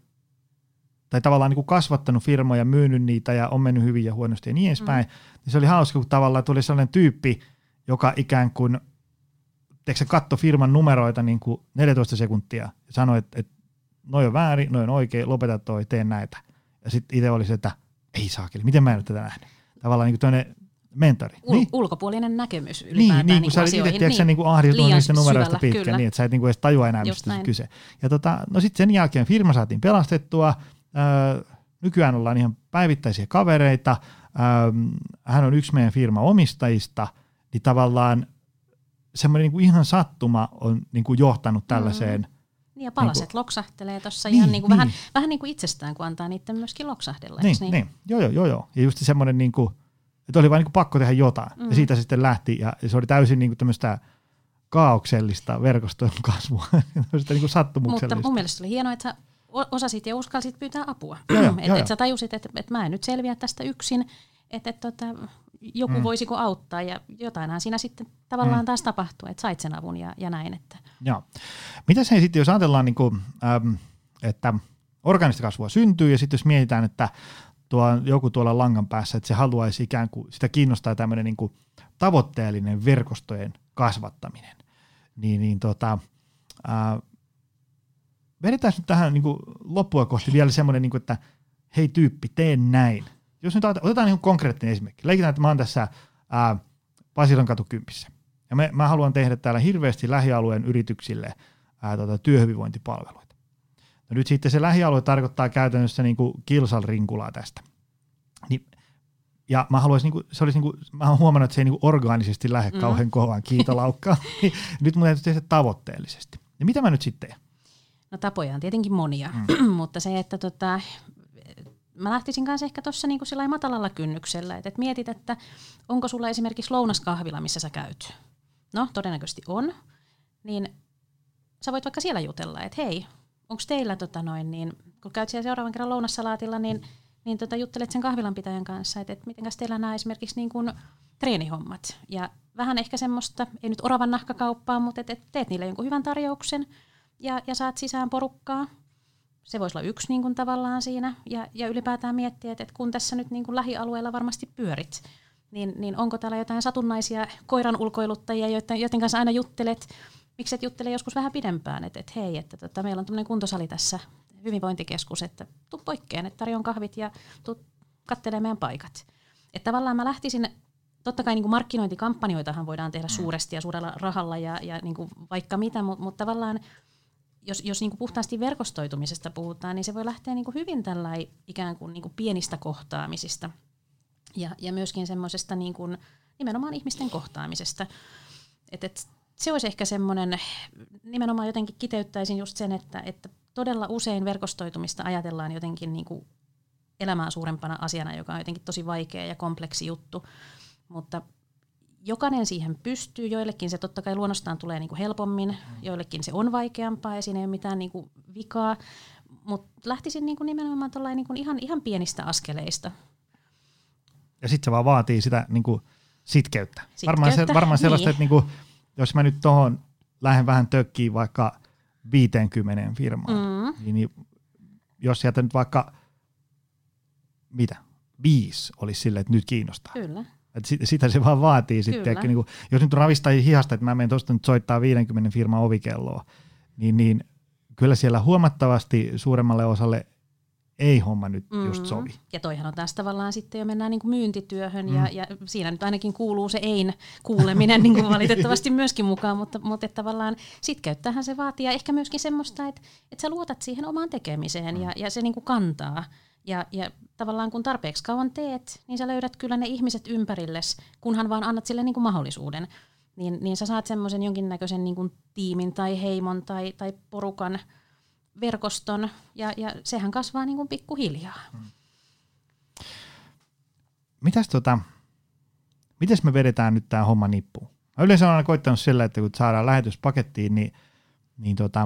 tai tavallaan niinku, kasvattanut firmoja, myynyt niitä ja on mennyt hyvin ja huonosti ja niin edespäin. Mm. Se oli hauska, kun tavallaan tuli sellainen tyyppi, joka ikään kuin teikö, katto firman numeroita niinku, neljätoista sekuntia ja sanoi, että et, noi on väärin, noi on oikein, lopeta toi, teen näitä. Ja sitten itse oli se, että ei saakeli, miten mä en ole tätä nähnyt. Tavallaan niin kuin toinen mentori. Ul- niin? Ulkopuolinen näkemys ylipäätään niin, niin kun sä olit itse niin, niin ahdistunut niistä numeroista pitkään, kyllä. niin että sä et niin kuin edes tajua enää, mistä on kyse. Ja tota, no sitten sen jälkeen firma saatiin pelastettua. Öö, nykyään ollaan ihan päivittäisiä kavereita. Öö, hän on yksi meidän firman omistajista. Niin tavallaan semmoinen niin kuin ihan sattuma on niin kuin johtanut tällaiseen. Mm. Niin ja palaset niin loksahtelee tuossa niin, ihan niin kuin niin. vähän, vähän niin kuin itsestään, kun antaa niiden myöskin loksahdella. Niin, niin? niin. Joo, joo, joo, joo. Ja just semmoinen, niin kuin, että oli vain niin kuin pakko tehdä jotain. Mm. Ja siitä se sitten lähti, ja se oli täysin niin kuin tämmöistä kaauksellista verkostojen kasvua, tämmöistä niin kuin sattumuksellista. Mutta mun mielestä oli hienoa, että sä osasit ja uskalsit pyytää apua. Että et sä tajusit, että et mä en nyt selviä tästä yksin, että et, tota, joku mm. voisiko auttaa, ja jotainhan siinä sitten tavallaan mm. taas tapahtuu, että sait sen avun ja, ja näin. Että. Joo. Mitäs hei sitten, jos ajatellaan, niin kuin, ähm, että organista kasvua syntyy, ja sitten jos mietitään, että tuo joku tuolla langan päässä, että se haluaisi ikään kuin, sitä kiinnostaa tämmöinen niin kuin tavoitteellinen verkostojen kasvattaminen, niin, niin tota, äh, vedetään nyt tähän niin kuin loppua kohti vielä semmoinen, niin kuin, että hei tyyppi, tee näin. Jos nyt otetaan niin konkreettinen esimerkki. Leikitään, että mä oon tässä ää, Pasilan katu kympissä. Ja me, mä haluan tehdä täällä hirveästi lähialueen yrityksille ää, tota, työhyvinvointipalveluita. No nyt sitten se lähialue tarkoittaa käytännössä niin kuin kilsan rinkulaa tästä. Niin, ja mä haluaisin, niin kuin, se olisi niin kuin, mä oon huomannut, että se ei niin kuin orgaanisesti lähde mm. kauhean kovaan kiitolaukkaan. Nyt mun täytyy tehdä tavoitteellisesti. Ja mitä mä nyt sitten teen? No tapoja on tietenkin monia, mm. mutta se, että tota, mä lähtisin kanssa ehkä tuossa niinku sillä matalalla kynnyksellä, että et mietit, että onko sulla esimerkiksi lounaskahvila, missä sä käyt. No todennäköisesti on, niin sä voit vaikka siellä jutella, että hei, onko teillä tota noin, niin kun käyt siellä seuraavan kerran lounassalaatilla, niin, niin tota juttelet sen kahvilanpitäjän kanssa, että et mitenkäs teillä nämä esimerkiksi niin kuin treenihommat. Ja vähän ehkä semmoista, ei nyt oravan nahkakauppaa, mutta et, et teet niille jonkun hyvän tarjouksen ja, ja saat sisään porukkaa. Se voisi olla yksi niin kuin tavallaan siinä ja, ja ylipäätään miettiä, että, että kun tässä nyt niin kuin lähialueella varmasti pyörit, niin, niin onko täällä jotain satunnaisia koiran ulkoiluttajia, joiden, joiden kanssa aina juttelet, miksi et juttele joskus vähän pidempään, että, että hei, että tota, meillä on tämmöinen kuntosali tässä, hyvinvointikeskus, että tuu poikkeen, että tarjoan kahvit ja tuu katselemaan meidän paikat. Että tavallaan mä lähtisin, totta kai niin kuin markkinointikampanjoitahan voidaan tehdä suuresti ja suurella rahalla ja, ja niin kuin vaikka mitä, mutta, mutta tavallaan jos, jos niin kuin puhtaasti verkostoitumisesta puhutaan, niin se voi lähteä niin kuin hyvin tällainen ikään kuin, niin kuin pienistä kohtaamisista ja, ja myöskin semmoisesta niin kuin nimenomaan ihmisten kohtaamisesta. Et, et se olisi ehkä semmoinen, nimenomaan jotenkin kiteyttäisin just sen, että, että todella usein verkostoitumista ajatellaan jotenkin niin kuin elämää suurempana asiana, joka on jotenkin tosi vaikea ja kompleksi juttu, mutta jokainen siihen pystyy, joillekin se totta kai luonnostaan tulee niinku helpommin, joillekin se on vaikeampaa ja siinä ei ole mitään niinku vikaa, mutta lähtisin niinku nimenomaan niinku ihan, ihan pienistä askeleista. Ja sitten se vaan vaatii sitä niinku sitkeyttä. sitkeyttä. Varmaan, se, varmaan sellaista, niin. että niinku, jos mä nyt tuohon lähden vähän tökkiin vaikka viiteenkymmeneen firmaan, mm. niin, niin jos sieltä nyt vaikka mitä, viisi olisi silleen, että nyt kiinnostaa. Kyllä. Et sit, sitä se vaan vaatii sitten. Niin kuin, jos nyt ravistaa hihasta, että mä menen tuosta nyt soittaa viidenkymmenen firman ovikelloa, niin, niin kyllä siellä huomattavasti suuremmalle osalle ei homma nyt mm. just sovi. Ja toihan on taas tavallaan sitten jo mennään niin kuin myyntityöhön mm. ja, ja siinä nyt ainakin kuuluu se ein kuuleminen niin kuin valitettavasti myöskin mukaan, mutta, mutta että tavallaan sitkeyttähän se vaatii ja ehkä myöskin semmoista, että, että sä luotat siihen omaan tekemiseen mm. ja, ja se niin kuin kantaa. Ja, ja tavallaan kun tarpeeksi kauan teet, niin sä löydät kyllä ne ihmiset ympärilles, kunhan vaan annat sille niin kuin mahdollisuuden. Niin, niin sä saat semmoisen jonkinnäköisen niin kuin tiimin tai heimon tai, tai porukan verkoston, ja, ja sehän kasvaa niin kuin pikkuhiljaa. Hmm. Mitäs tota, mites me vedetään nyt tää homma nippuun? Mä yleensä olen aina koittanut sillä, että kun saadaan lähetyspakettiin, niin, niin tota,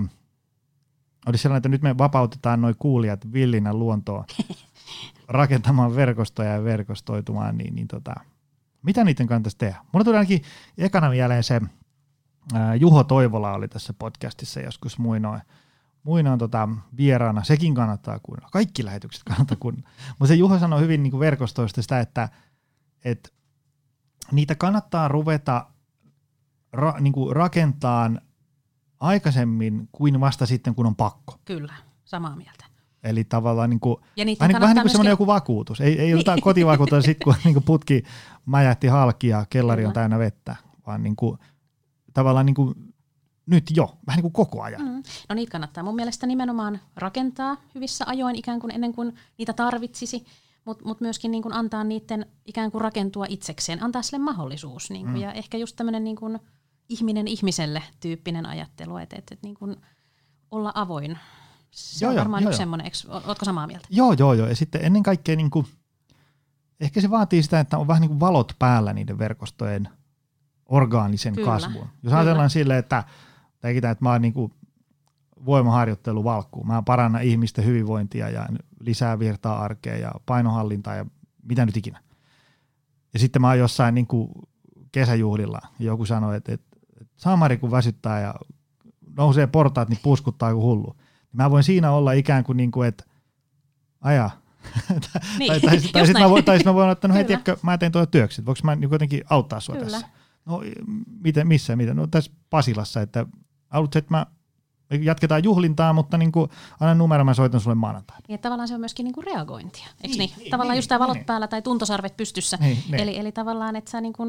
olisi sellainen, että nyt me vapautetaan noi kuulijat villinä luontoon rakentamaan verkostoja ja verkostoitumaan, niin, niin tota, mitä niiden kannattaisi tehdä? Mulla tuli ainakin ekana mieleen se, ää, Juho Toivola oli tässä podcastissa joskus muinoin, muinoin tota, vieraana, sekin kannattaa kuunnella, kaikki lähetykset kannattaa kuunnella, mutta se Juho sanoi hyvin niin kuin verkostoista sitä, että et, niitä kannattaa ruveta ra, niin kuin rakentamaan aikaisemmin kuin vasta sitten, kun on pakko. Kyllä, samaa mieltä. Eli tavallaan niin kuin, ja vähän, vähän niin kuin myöskin semmoinen joku vakuutus. Ei, ei jotain kotivakuutusta sitten, kun niin kuin putki mäjähti halki ja kellari Kyllä. on täynnä vettä, vaan niin kuin, tavallaan niin kuin, nyt jo, vähän niin kuin koko ajan. Mm. No niitä kannattaa mun mielestä nimenomaan rakentaa hyvissä ajoin ikään kuin ennen kuin niitä tarvitsisi, mutta mut myöskin niin kuin antaa niiden ikään kuin rakentua itsekseen, antaa sille mahdollisuus. Niin kuin, mm. Ja ehkä just tämmöinen niin kuin ihminen ihmiselle tyyppinen ajattelu, että et, et niin kuin olla avoin. Se joo, on varmaan joo, yksi joo. semmoinen, ootko samaa mieltä? Joo, joo, joo. Ja sitten ennen kaikkea niin kuin, ehkä se vaatii sitä, että on vähän niin kuin valot päällä niiden verkostojen orgaanisen Kyllä. kasvuun. Jos Kyllä. ajatellaan silleen, että, että mä oon niin kuin voimaharjoittelu valkkuu, mä parannan ihmisten hyvinvointia ja lisää virtaa arkeen ja painohallintaa ja mitä nyt ikinä. Ja sitten mä oon jossain niin kuin kesäjuhlilla ja joku sanoi, että, että, että saamari kun väsyttää ja nousee portaat, niin puskuttaa kuin hullu. Mä voin siinä olla ikään kuin, niin kuin että aja. Niin, tai tai, tai sitten mä, voin, mä voin ottaa, no hei, tiedätkö, mä teen tuota työksi, että voinko mä niin jotenkin auttaa sua Kyllä. tässä? No miten, missä, miten? No tässä Pasilassa, että haluatko, että mä jatketaan juhlintaa, mutta niin kuin, anna numero, mä soitan sulle maanantaina. Niin, tavallaan se on myöskin niin kuin reagointia, eikö niin? niin? niin tavallaan niin, just tämä valot niin, päällä tai tuntosarvet pystyssä. Niin, niin. Eli, eli tavallaan, että sä niin kuin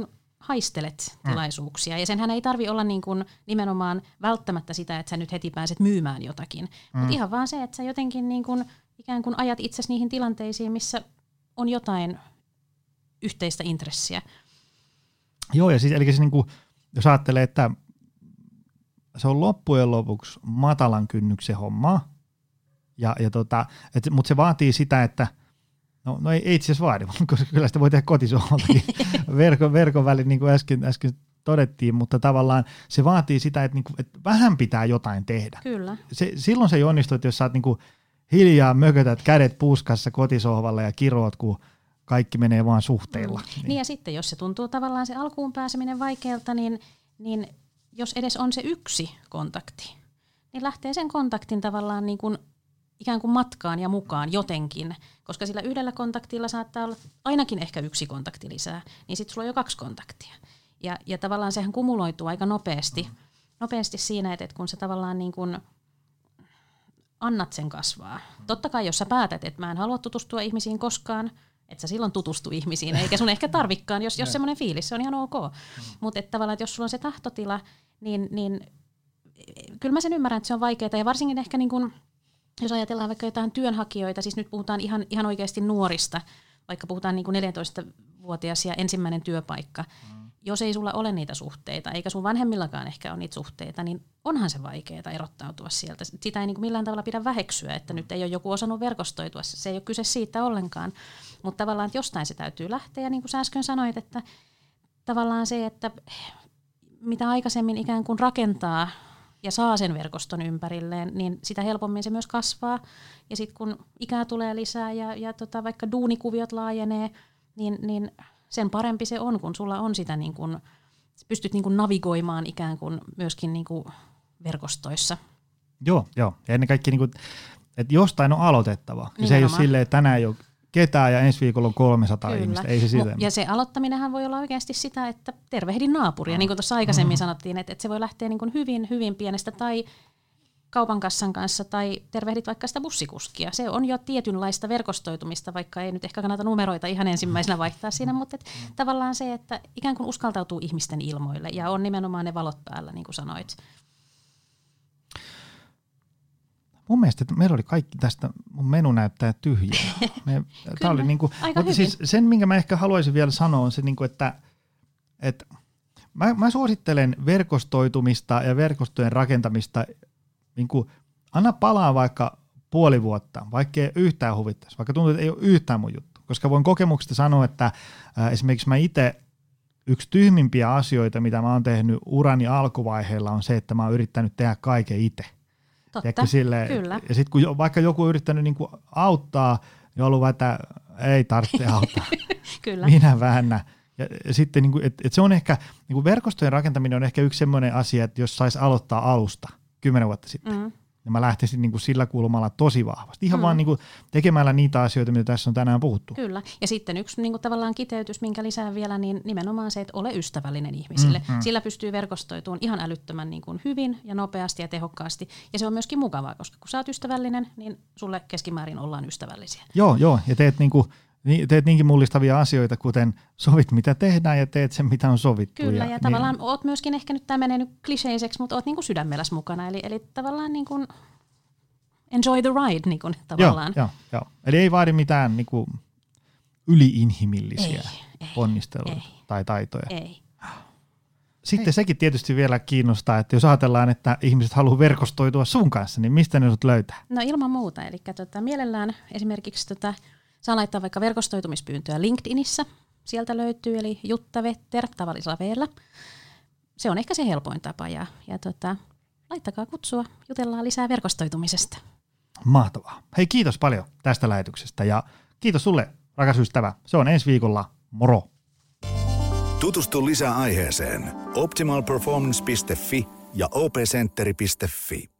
haistelet tilaisuuksia. Mm. Ja senhän ei tarvi olla niin kuin nimenomaan välttämättä sitä, että sä nyt heti pääset myymään jotakin. Mm. Mutta ihan vaan se, että sä jotenkin niin kuin, ikään kuin ajat itsesi niihin tilanteisiin, missä on jotain yhteistä intressiä. Joo, ja siis eli siis niin kuin, jos ajattelee, että se on loppujen lopuksi matalan kynnyksen homma, ja, ja tota, mutta se vaatii sitä, että no, no ei, ei itse asiassa vaadi, koska kyllä sitä voi tehdä kotisohvaltakin verkon, verkon välin, niin kuin äsken, äsken todettiin, mutta tavallaan se vaatii sitä, että, niin kuin, että vähän pitää jotain tehdä. Kyllä. Se, silloin se ei onnistu, että jos sä oot niin kuin hiljaa mökötät kädet puskassa kotisohvalla ja kiroot, kun kaikki menee vaan suhteilla. Mm. Niin. niin ja sitten jos se tuntuu tavallaan se alkuun pääseminen vaikealta, niin, niin jos edes on se yksi kontakti, niin lähtee sen kontaktin tavallaan niin kuin ikään kuin matkaan ja mukaan jotenkin, koska sillä yhdellä kontaktilla saattaa olla ainakin ehkä yksi kontakti lisää, niin sitten sulla on jo kaksi kontaktia. Ja, ja tavallaan sehän kumuloituu aika nopeasti, nopeasti siinä, että, että kun sä tavallaan niin kuin annat sen kasvaa. Totta kai jos sä päätät, että mä en halua tutustua ihmisiin koskaan, että sä silloin tutustu ihmisiin, eikä sun ehkä tarvikkaan, jos, jos semmoinen fiilis, se on ihan ok. Mutta että tavallaan, että jos sulla on se tahtotila, niin, niin kyllä mä sen ymmärrän, että se on vaikeaa, ja varsinkin ehkä niin kuin jos ajatellaan vaikka jotain työnhakijoita, siis nyt puhutaan ihan, ihan oikeasti nuorista, vaikka puhutaan niin kuin neljätoistavuotias ja ensimmäinen työpaikka. Mm. Jos ei sulla ole niitä suhteita, eikä sun vanhemmillakaan ehkä ole niitä suhteita, niin onhan se vaikeaa erottautua sieltä. Sitä ei niin kuin millään tavalla pidä väheksyä, että nyt ei ole joku osannut verkostoitua, se ei ole kyse siitä ollenkaan. Mutta tavallaan, että jostain se täytyy lähteä, ja niin kuin sä äsken sanoit, että tavallaan se, että mitä aikaisemmin ikään kuin rakentaa ja saa sen verkoston ympärilleen, niin sitä helpommin se myös kasvaa. Ja sitten kun ikää tulee lisää ja, ja tota, vaikka duunikuviot laajenee, niin, niin sen parempi se on, kun sulla on sitä, niin kun, pystyt niin kun navigoimaan ikään kuin myöskin niin kuin verkostoissa. Joo, joo. Ja ennen kaikkea, niin kun, että jostain on aloitettava. Ja se ei ole silleen, että tänään ei ole ketään ja ensi viikolla on kolmesataa Kyllä. ihmistä. Ei se sitä. Ja se aloittaminenhan voi olla oikeasti sitä, että tervehdin naapuria, mm. niin kuin tuossa aikaisemmin mm. sanottiin, että, että se voi lähteä niin kuin hyvin, hyvin pienestä tai kaupan kassan kanssa tai tervehdit vaikka sitä bussikuskia. Se on jo tietynlaista verkostoitumista, vaikka ei nyt ehkä kannata numeroita ihan ensimmäisenä vaihtaa siinä, mutta et, tavallaan se, että ikään kuin uskaltautuu ihmisten ilmoille ja on nimenomaan ne valot päällä, niin kuin sanoit. Mun mielestä että meillä oli kaikki tästä, mun menu näyttää tyhjää. Me, Kyllä, oli niinku, aika mutta hyvin. Siis sen, minkä mä ehkä haluaisin vielä sanoa, on se, niinku, että, että mä, mä suosittelen verkostoitumista ja verkostojen rakentamista, niinku, anna palaa vaikka puoli vuotta, vaikka ei yhtään huvittaisi, vaikka tuntuu, että ei ole yhtään mun juttu. Koska voin kokemuksesta sanoa, että äh, esimerkiksi mä itse yksi tyhmimpiä asioita, mitä mä oon tehnyt urani alkuvaiheella, on se, että mä oon yrittänyt tehdä kaiken itse. Totta, sille, kyllä. Ja sitten kun vaikka joku on yrittänyt niinku auttaa, niin on ollut vaan, että ei tarvitse auttaa. Kyllä. Minä väännä. Ja, ja sitten niinku, et, et se on ehkä, niinku verkostojen rakentaminen on ehkä yksi semmoinen asia, että jos saisi aloittaa alusta kymmenen vuotta sitten, mm. niin mä lähtisin niinku sillä kulmalla tosi vahvasti. Ihan mm. vaan niinku tekemällä niitä asioita, mitä tässä on tänään puhuttu. Kyllä. Ja sitten yksi niinku tavallaan kiteytys, minkä lisää vielä, niin nimenomaan se, että ole ystävällinen ihmisille. Mm, mm. Sillä pystyy verkostoitumaan ihan älyttömän niinku hyvin ja nopeasti ja tehokkaasti. Ja se on myöskin mukavaa, koska kun sä oot ystävällinen, niin sulle keskimäärin ollaan ystävällisiä. Joo, joo. Ja teet niinku teet niinkin mullistavia asioita, kuten sovit mitä tehdään ja teet sen mitä on sovittu. Kyllä, ja, ja tavallaan niin. oot myöskin, ehkä nyt tämä menee nyt kliseiseksi, mutta oot niinku sydämelläs mukana, eli, eli tavallaan niinku enjoy the ride niinku tavallaan. Joo, joo, joo. Eli ei vaadi mitään niinku yliinhimillisiä ei, ponnisteluja ei, tai taitoja. Ei. Sitten ei. Sekin tietysti vielä kiinnostaa, että jos ajatellaan, että ihmiset haluaa verkostoitua sun kanssa, niin mistä ne sut löytää? No ilman muuta, eli tota, mielellään esimerkiksi tota, saa laittaa vaikka verkostoitumispyyntöä LinkedInissä, sieltä löytyy, eli Jutta Vetter tavallisella veellä. Se on ehkä se helpoin tapa, ja, ja tota, laittakaa kutsua, jutellaan lisää verkostoitumisesta. Mahtavaa. Hei, kiitos paljon tästä lähetyksestä, ja kiitos sulle, rakas ystävä. Se on ensi viikolla. Moro! Tutustu lisää aiheeseen optimal performance piste fi ja o p centeri piste fi.